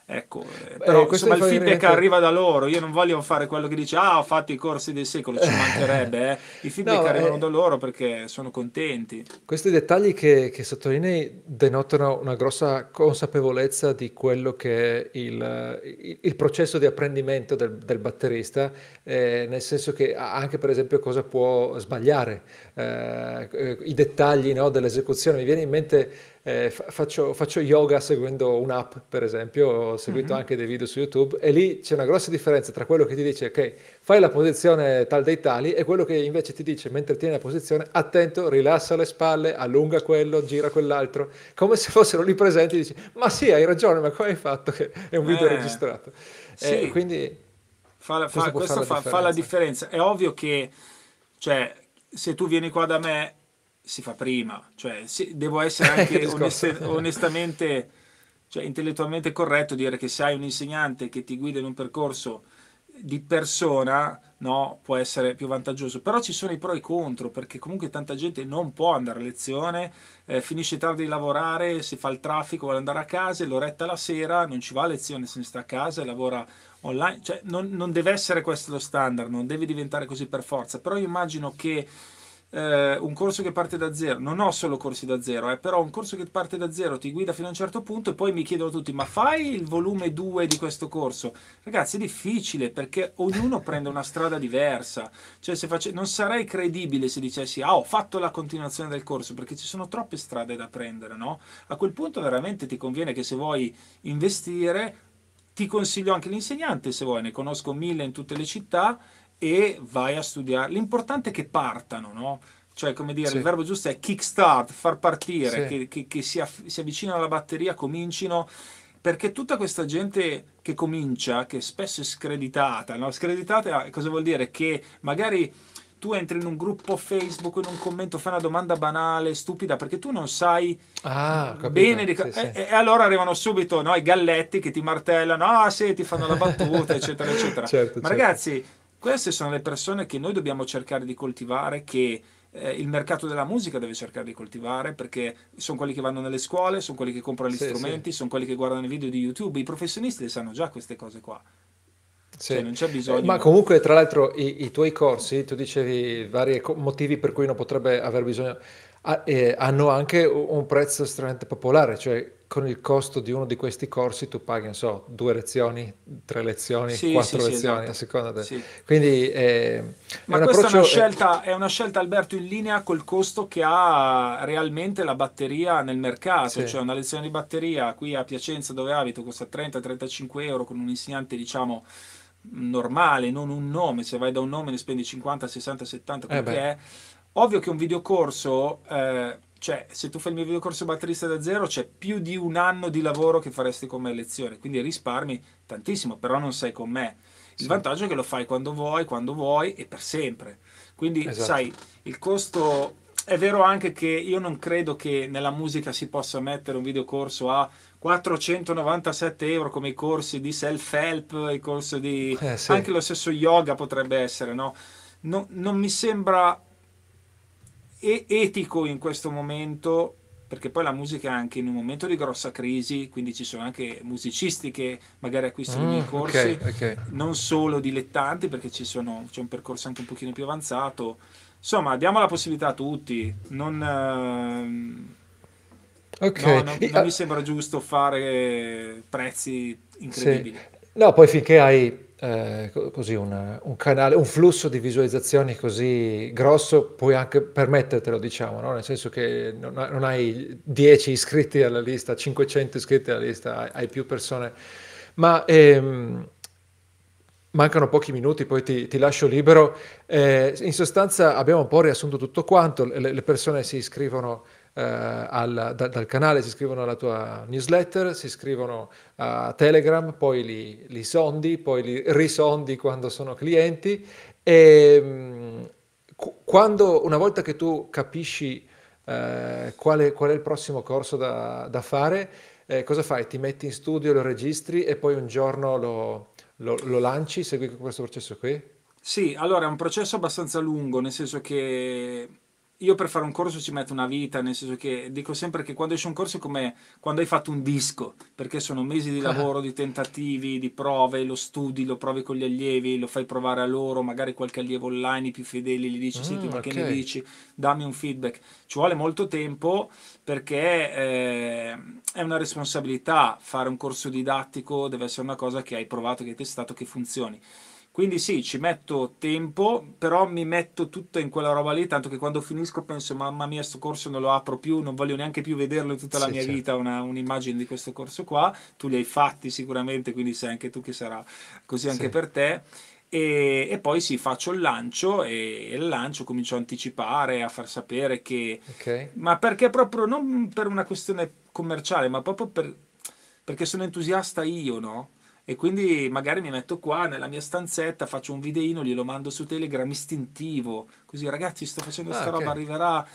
Ecco, però Questo insomma mi il fa venire in feedback mente. arriva da loro. Io non voglio fare quello che dice, ah, ho fatto i corsi del secolo, ci mancherebbe, eh. I feedback No, arrivano da loro perché sono contenti. questi dettagli che sottolinei denotano una grossa consapevolezza di quello che è il processo di apprendimento del batterista, nel senso che anche per esempio cosa può sbagliare, i dettagli, no, dell'esecuzione. Mi viene in mente, faccio yoga seguendo un'app, per esempio, ho seguito Mhm. anche dei video su YouTube e lì c'è una grossa differenza tra quello che ti dice, ok, fai la posizione tal dei tali e quello che invece ti dice mentre tieni la posizione, attento, rilassa le spalle, allunga quello, gira quell'altro, come se fossero lì presenti, dici, ma sì, hai ragione, ma come hai fatto che è un video Eh, registrato? sì, Quindi questo può fare questo la fa la differenza. differenza. È ovvio che, cioè, se tu vieni qua da me, si fa prima. Cioè, devo essere Che anche discorso. onestamente, cioè, intellettualmente corretto dire che se hai un insegnante che ti guida in un percorso di persona, no, può essere più vantaggioso. Però ci sono i pro e i contro, perché comunque tanta gente non può andare a lezione, finisce tardi di lavorare, si fa il traffico, vuole andare a casa, e l'oretta la sera, non ci va a lezione, se ne sta a casa e lavora online. Cioè, non deve essere questo lo standard, non deve diventare così per forza. Però io immagino che un corso che parte da zero, non ho solo corsi da zero, però un corso che parte da zero ti guida fino a un certo punto e poi mi chiedono tutti, ma fai il volume 2 di questo corso? Ragazzi, è difficile perché ognuno prende una strada diversa. Cioè, non sarei credibile se dicessi, ah, ho fatto la continuazione del corso, perché ci sono troppe strade da prendere, no? A quel punto veramente ti conviene che se vuoi investire, ti consiglio anche l'insegnante, se vuoi, ne conosco 1000 in tutte le città e vai a studiare. L'importante è che partano, no? Cioè, come dire, il Sì, verbo giusto è kickstart, far partire, sì. che si avvicinano alla batteria, comincino, perché tutta questa gente che comincia, che spesso è screditata, no? Screditata cosa vuol dire? Che magari tu entri in un gruppo Facebook, in un commento, fai una domanda banale, stupida, perché tu non sai Ah, ho bene capito. Sì, sì. e allora arrivano subito, no, i galletti che ti martellano, ah sì, ti fanno la battuta, eccetera, eccetera. Certo, Ma certo. ragazzi, queste sono le persone che noi dobbiamo cercare di coltivare, che il mercato della musica deve cercare di coltivare, perché sono quelli che vanno nelle scuole, sono quelli che comprano gli Sì, sì. strumenti, sono quelli che guardano i video di YouTube. I professionisti le sanno già queste cose qua. Sì. Cioè, non c'è Ma bisogno. comunque, tra l'altro, i tuoi corsi, tu dicevi vari motivi per cui non potrebbe aver bisogno, hanno anche un prezzo estremamente popolare, cioè con il costo di uno di questi corsi tu paghi, non so, 2 lezioni, 3 lezioni, Sì, sì, quattro sì, lezioni, a esatto. seconda Sì. Quindi è Ma un questa approccio. è una scelta, Alberto, in linea col costo che ha realmente la batteria nel mercato. Sì. Cioè, una lezione di batteria qui a Piacenza, dove abito, costa 30-35 euro con un insegnante, diciamo, normale, non un nome. Se vai da un nome ne spendi 50, 60, 70, Eh quel che beh, è. Ovvio che un videocorso, cioè, se tu fai il mio videocorso batterista da zero, c'è più di un anno di lavoro che faresti con me a lezione. Quindi risparmi tantissimo, però non sei con me. Il sì, vantaggio è che lo fai quando vuoi e per sempre. Quindi, esatto. sai, il costo è vero anche che io non credo che nella musica si possa mettere un videocorso a 497 euro come i corsi di self-help, i corsi di... Sì. anche lo stesso yoga potrebbe essere, no? Non mi sembra etico in questo momento, perché poi la musica è anche in un momento di grossa crisi, quindi ci sono anche musicisti che magari acquistano i miei Ok, corsi, ok. non solo dilettanti, perché c'è un percorso anche un pochino più avanzato. Insomma, diamo la possibilità a tutti. Ok. No, non mi sembra giusto fare prezzi Sì. incredibili. No, poi finché hai così un canale, un flusso di visualizzazioni così grosso, puoi anche permettertelo, diciamo, no? Nel senso che non hai 10 iscritti alla lista, 500 iscritti alla lista, hai più persone. Ma mancano pochi minuti, poi ti lascio libero. In sostanza abbiamo un po' riassunto tutto quanto, le persone si iscrivono dal canale, si iscrivono alla tua newsletter, si iscrivono a Telegram, poi li sondi, poi li risondi quando sono clienti e una volta che tu capisci qual è il prossimo corso da fare, cosa fai? Ti metti in studio, lo registri e poi un giorno lo lanci, segui questo processo qui? Sì, allora è un processo abbastanza lungo, nel senso che io per fare un corso ci metto una vita, nel senso che dico sempre che quando esce un corso è come quando hai fatto un disco, perché sono mesi di lavoro, di tentativi, di prove, lo studi, lo provi con gli allievi, lo fai provare a loro, magari qualche allievo online, i più fedeli, gli dici, senti, ma che Ok, ne dici? Dammi un feedback. Ci vuole molto tempo perché è una responsabilità fare un corso didattico, deve essere una cosa che hai provato, che hai testato, che funzioni. Quindi sì, ci metto tempo, però mi metto tutto in quella roba lì, tanto che quando finisco penso, mamma mia, sto corso non lo apro più, non voglio neanche più vederlo in tutta la sì, mia certo. vita, un'immagine di questo corso qua. Tu li hai fatti sicuramente, quindi sai anche tu che sarà così anche Sì, per te. E poi sì, faccio il lancio e il lancio comincio a anticipare, a far sapere che... ok. Ma perché proprio non per una questione commerciale, ma proprio perché sono entusiasta io, no? E quindi magari mi metto qua nella mia stanzetta, faccio un videino, glielo mando su Telegram istintivo, così ragazzi sto facendo Ah, sta ok. roba, arriverà.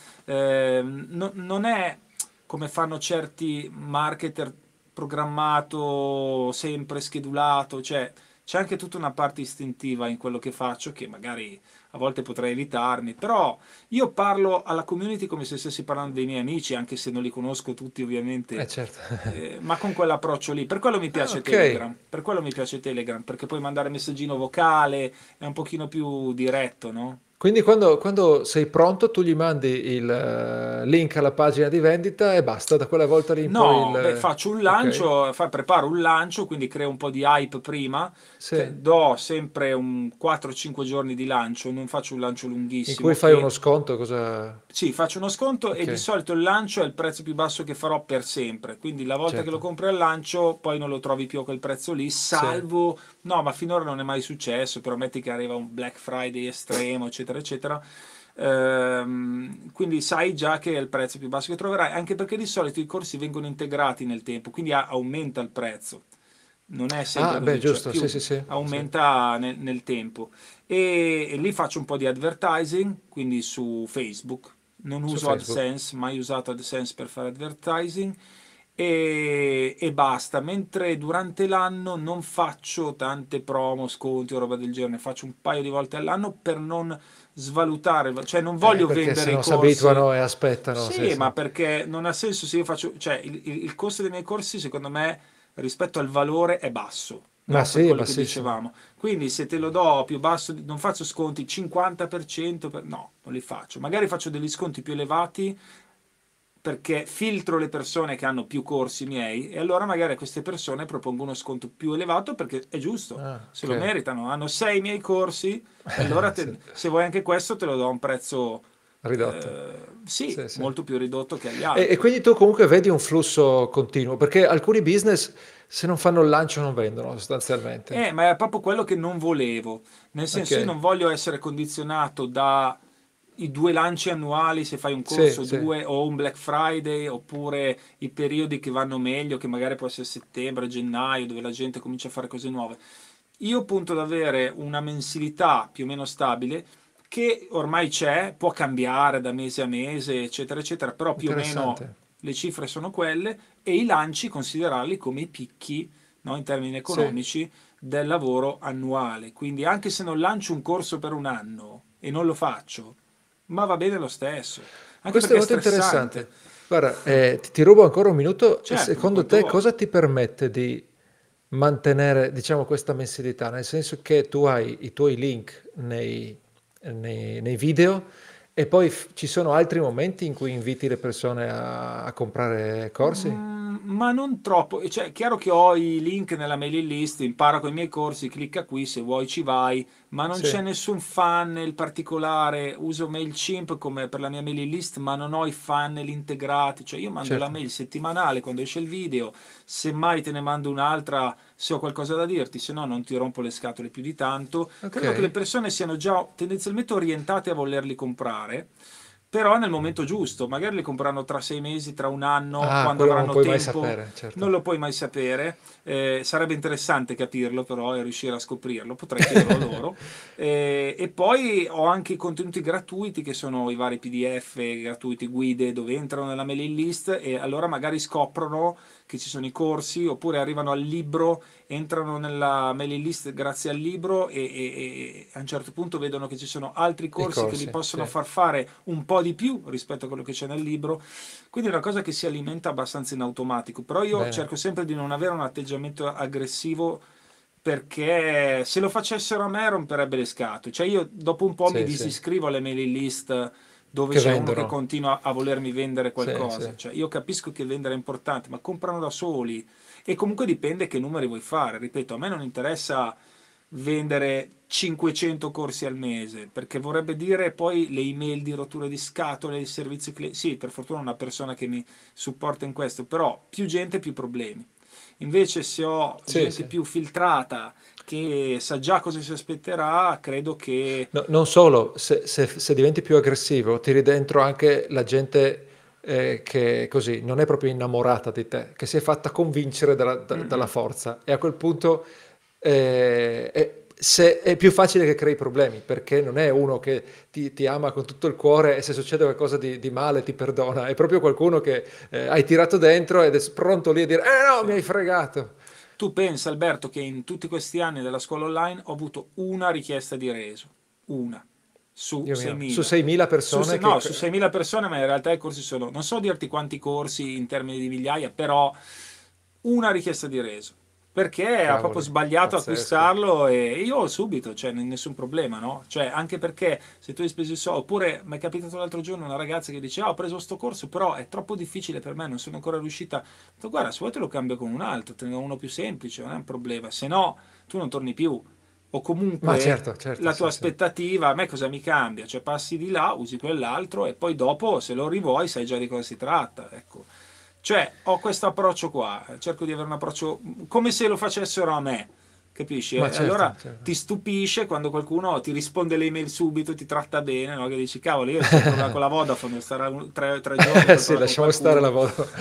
Non è come fanno certi marketer programmato, sempre schedulato, cioè c'è anche tutta una parte istintiva in quello che faccio che magari a volte potrei evitarmi, però io parlo alla community come se stessi parlando dei miei amici, anche se non li conosco tutti ovviamente, Certo. ma con quell'approccio lì. Per quello mi Ah, piace ok. Telegram, per quello mi piace Telegram, perché puoi mandare messaggino vocale, è un pochino più diretto, no? Quindi quando sei pronto tu gli mandi il link alla pagina di vendita e basta, da quella volta lì in poi No, beh, il... faccio un Ok, lancio, preparo un lancio, quindi creo un po' di hype prima, sì. do sempre un 4-5 giorni di lancio, non faccio un lancio In cui lunghissimo, fai uno che sconto, cosa... sì, faccio uno sconto e Ok, di solito il lancio è il prezzo più basso che farò per sempre. Quindi la volta che lo certo. compri al lancio, poi non lo trovi più a quel prezzo lì, Sì. salvo... No, ma finora non è mai successo, però metti che arriva un Black Friday estremo, eccetera, eccetera. Quindi sai già che è il prezzo più basso che troverai, anche perché di solito i corsi vengono integrati nel tempo, quindi aumenta il prezzo. Non è sempre Ah, beh, così, cioè giusto, sì, più sì, sì, sì. aumenta nel tempo. E lì faccio un po' di advertising, quindi su Facebook. Non Su uso Facebook. AdSense, mai usato AdSense per fare advertising e basta. Mentre durante l'anno non faccio tante promo, sconti o roba del genere, faccio un paio di volte all'anno per non svalutare, cioè non voglio Perché se vendere i no si corsi. abituano e aspettano, sì, Sì, sì. ma perché non ha senso se io faccio, cioè il costo dei miei corsi secondo me rispetto al valore è basso, no? Per quello Ma che sì, sì. dicevamo. Quindi se te lo do più basso, non faccio sconti 50%, no, non li faccio. Magari faccio degli sconti più elevati perché filtro le persone che hanno più corsi miei e allora magari a queste persone propongo uno sconto più elevato perché è giusto, Ah, se ok. lo meritano, hanno 6 miei corsi e allora Sì. se vuoi anche questo te lo do a un prezzo, Ridotto. sì, Sì, sì. molto più ridotto che agli E altri. quindi tu comunque vedi un flusso continuo, perché alcuni business se non fanno il lancio non vendono sostanzialmente. Ma è proprio quello che non volevo. Nel Ok, senso, io non voglio essere condizionato da i due lanci annuali, se fai un sì, corso, sì, due, o un Black Friday, oppure i periodi che vanno meglio, che magari può essere settembre, gennaio, dove la gente comincia a fare cose nuove. Io punto ad avere una mensilità più o meno stabile, che ormai c'è, può cambiare da mese a mese, eccetera, eccetera, però più o meno interessante. le cifre sono quelle, e i lanci considerarli come i picchi, no, in termini Sì, economici del lavoro annuale. Quindi anche se non lancio un corso per un anno e non lo faccio, ma va bene lo stesso, anche questo è perché è molto stressante. interessante. Guarda, ti rubo ancora un minuto. Certo, ma Secondo quanto te vuoi. cosa ti permette di mantenere, diciamo, questa mensilità? Nel senso che tu hai i tuoi link nei video e poi ci sono altri momenti in cui inviti le persone a comprare corsi? Ma non troppo, cioè, è chiaro che ho i link nella mailing list, impara con i miei corsi, clicca qui, se vuoi ci vai, ma non Sì, c'è nessun funnel particolare, uso MailChimp come per la mia mailing list, ma non ho i funnel integrati, cioè io mando la certo. mail settimanale quando esce il video, se mai te ne mando un'altra se ho qualcosa da dirti, se no non ti rompo le scatole più di tanto. Ok. Credo che le persone siano già tendenzialmente orientate a volerli comprare, però nel momento giusto, magari li compreranno tra 6 mesi, tra un anno, Ah, quando quello non avranno puoi mai tempo, sapere, non certo. lo puoi mai sapere. Sarebbe interessante capirlo però e riuscire a scoprirlo, potrei chiederlo a loro. E poi ho anche i contenuti gratuiti che sono i vari PDF gratuiti, guide dove entrano nella mailing list e allora magari scoprono che ci sono i corsi, oppure arrivano al libro, entrano nella mailing list grazie al libro e a un certo punto vedono che ci sono altri I corsi che li corsi, possono sì. far fare un po' di più rispetto a quello che c'è nel libro. Quindi è una cosa che si alimenta abbastanza in automatico, però io Bene. cerco sempre di non avere un atteggiamento aggressivo perché se lo facessero a me romperebbe le scatole. Cioè io dopo un po' mi Sì, sì. disiscrivo alle mailing list dove Che c'è uno che vendono. continua a volermi vendere Sì, sì. qualcosa. Cioè io capisco che vendere è importante, ma comprano da soli e comunque dipende che numeri vuoi fare. Ripeto, a me non interessa vendere 500 corsi al mese, perché vorrebbe dire poi le email di rottura di scatole, i servizi clienti. Sì, per fortuna ho una persona che mi supporta in questo, però più gente, più problemi. Invece se ho Sì, gente sì. più filtrata che sa già cosa si aspetterà, credo che... Non solo, se diventi più aggressivo, tiri dentro anche la gente che così non è proprio innamorata di te, che si è fatta convincere Mm, dalla mm. forza e a quel punto è più facile che crei problemi, perché non è uno che ti ama con tutto il cuore e se succede qualcosa di male ti perdona, è proprio qualcuno che hai tirato dentro ed è pronto lì a dire no, Sì. mi hai fregato. Tu pensa, Alberto, che in tutti questi anni della scuola online ho avuto una richiesta di reso, una, su Dio mio, su 6.000. 6.000 persone No, su 6.000 persone, ma in realtà i corsi sono, non so dirti quanti corsi in termini di migliaia, però una richiesta di reso. Perché ha proprio cavoli, sbagliato a pazzesco. acquistarlo e io subito, cioè nessun problema, no? Cioè, anche perché se tu hai speso i soldi, oppure mi è capitato l'altro giorno una ragazza che dice, ho preso sto corso, però è troppo difficile per me, non sono ancora riuscita. Ho detto, guarda, se vuoi te lo cambio con un altro, te ne do uno più semplice, non è un problema. Se no, tu non torni più. O Ma comunque certo, certo, la tua sì, sì. aspettativa, a me cosa mi cambia? Cioè passi di là, usi quell'altro e poi dopo, se lo rivuoi, sai già di cosa si tratta, ecco. Cioè, ho questo approccio qua, cerco di avere un approccio come se lo facessero a me, capisci? Ma E allora certo, certo. ti stupisce quando qualcuno ti risponde le email subito, ti tratta bene, no? Che dici, cavolo, io ho un problema con la Vodafone, starà tre giorni per Sì, parlare con lasciamo stare la qualcuno. voto.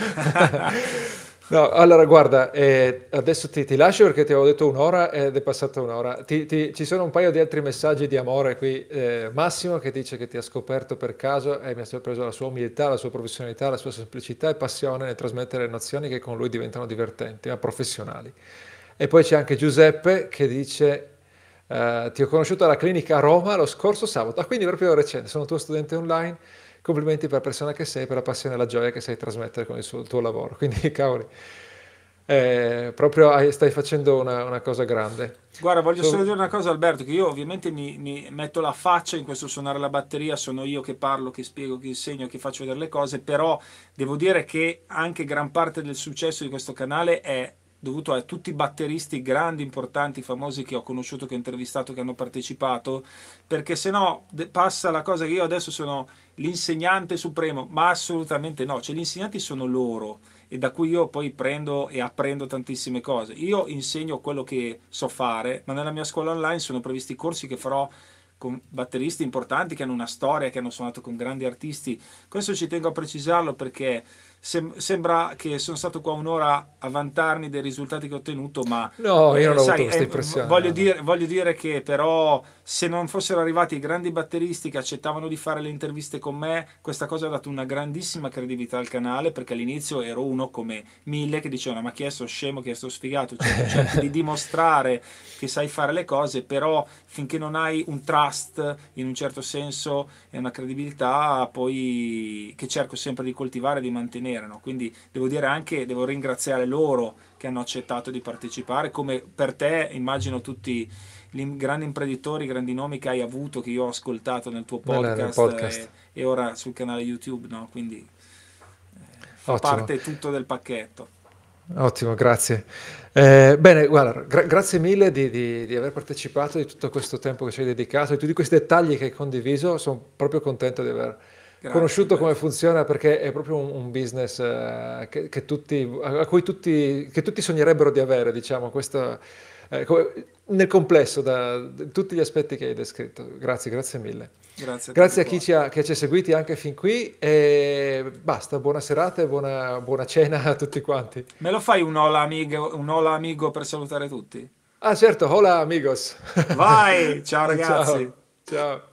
No, allora guarda, adesso ti lascio perché ti avevo detto un'ora ed è passata un'ora. Ci sono un paio di altri messaggi di amore qui. Massimo che dice che ti ha scoperto per caso e mi ha sorpreso la sua umiltà, la sua professionalità, la sua semplicità e passione nel trasmettere nozioni che con lui diventano divertenti, ma professionali. E poi c'è anche Giuseppe che dice ti ho conosciuto alla clinica a Roma lo scorso sabato, ah, quindi proprio recente, sono tuo studente online. Complimenti per la persona che sei, per la passione e la gioia che sai trasmettere con il tuo lavoro. Quindi, cavoli, proprio stai facendo una cosa grande. Guarda, voglio solo So- dire una cosa, Alberto, che io ovviamente mi metto la faccia in questo suonare la batteria, sono io che parlo, che spiego, che insegno, che faccio vedere le cose, però devo dire che anche gran parte del successo di questo canale è dovuto a tutti i batteristi grandi, importanti, famosi che ho conosciuto, che ho intervistato, che hanno partecipato, perché se no passa la cosa che io adesso sono l'insegnante supremo, ma assolutamente no, cioè gli insegnanti sono loro e da cui io poi prendo e apprendo tantissime cose. Io insegno quello che so fare, ma nella mia scuola online sono previsti corsi che farò con batteristi importanti che hanno una storia, che hanno suonato con grandi artisti. Questo ci tengo a precisarlo perché sembra che sono stato qua un'ora a vantarmi dei risultati che ho ottenuto, ma No, io non ho avuto sai, questa impressione, voglio no, no. voglio dire che però se non fossero arrivati i grandi batteristi che accettavano di fare le interviste con me, questa cosa ha dato una grandissima credibilità al canale perché all'inizio ero uno come mille che dicevano ma chi è sto scemo, chi è sto sfigato, cioè tu cerchi di dimostrare che sai fare le cose, però finché non hai un trust in un certo senso e una credibilità poi che cerco sempre di coltivare e di mantenere, no? Quindi devo dire anche, devo ringraziare loro che hanno accettato di partecipare, come per te immagino tutti gli grandi imprenditori, i grandi nomi che hai avuto, che io ho ascoltato nel tuo Nel podcast podcast. e ora sul canale YouTube, no? Quindi fa Ottimo. parte tutto del pacchetto. Ottimo, grazie. Bene, guarda, grazie mille di aver partecipato, di tutto questo tempo che ci hai dedicato, di tutti questi dettagli che hai condiviso. Sono proprio contento di aver Grazie conosciuto come Alberto. funziona perché è proprio un business che a cui che tutti sognerebbero di avere, diciamo, questo, nel complesso, da tutti gli aspetti che hai descritto. Grazie, grazie mille. Grazie a te di Grazie a chi cuore. che ci ha seguiti anche fin qui e basta, buona serata e buona cena a tutti quanti. Me lo fai un hola amigo per salutare tutti? Ah, certo, hola amigos. Vai, ciao ragazzi. Ciao, ciao.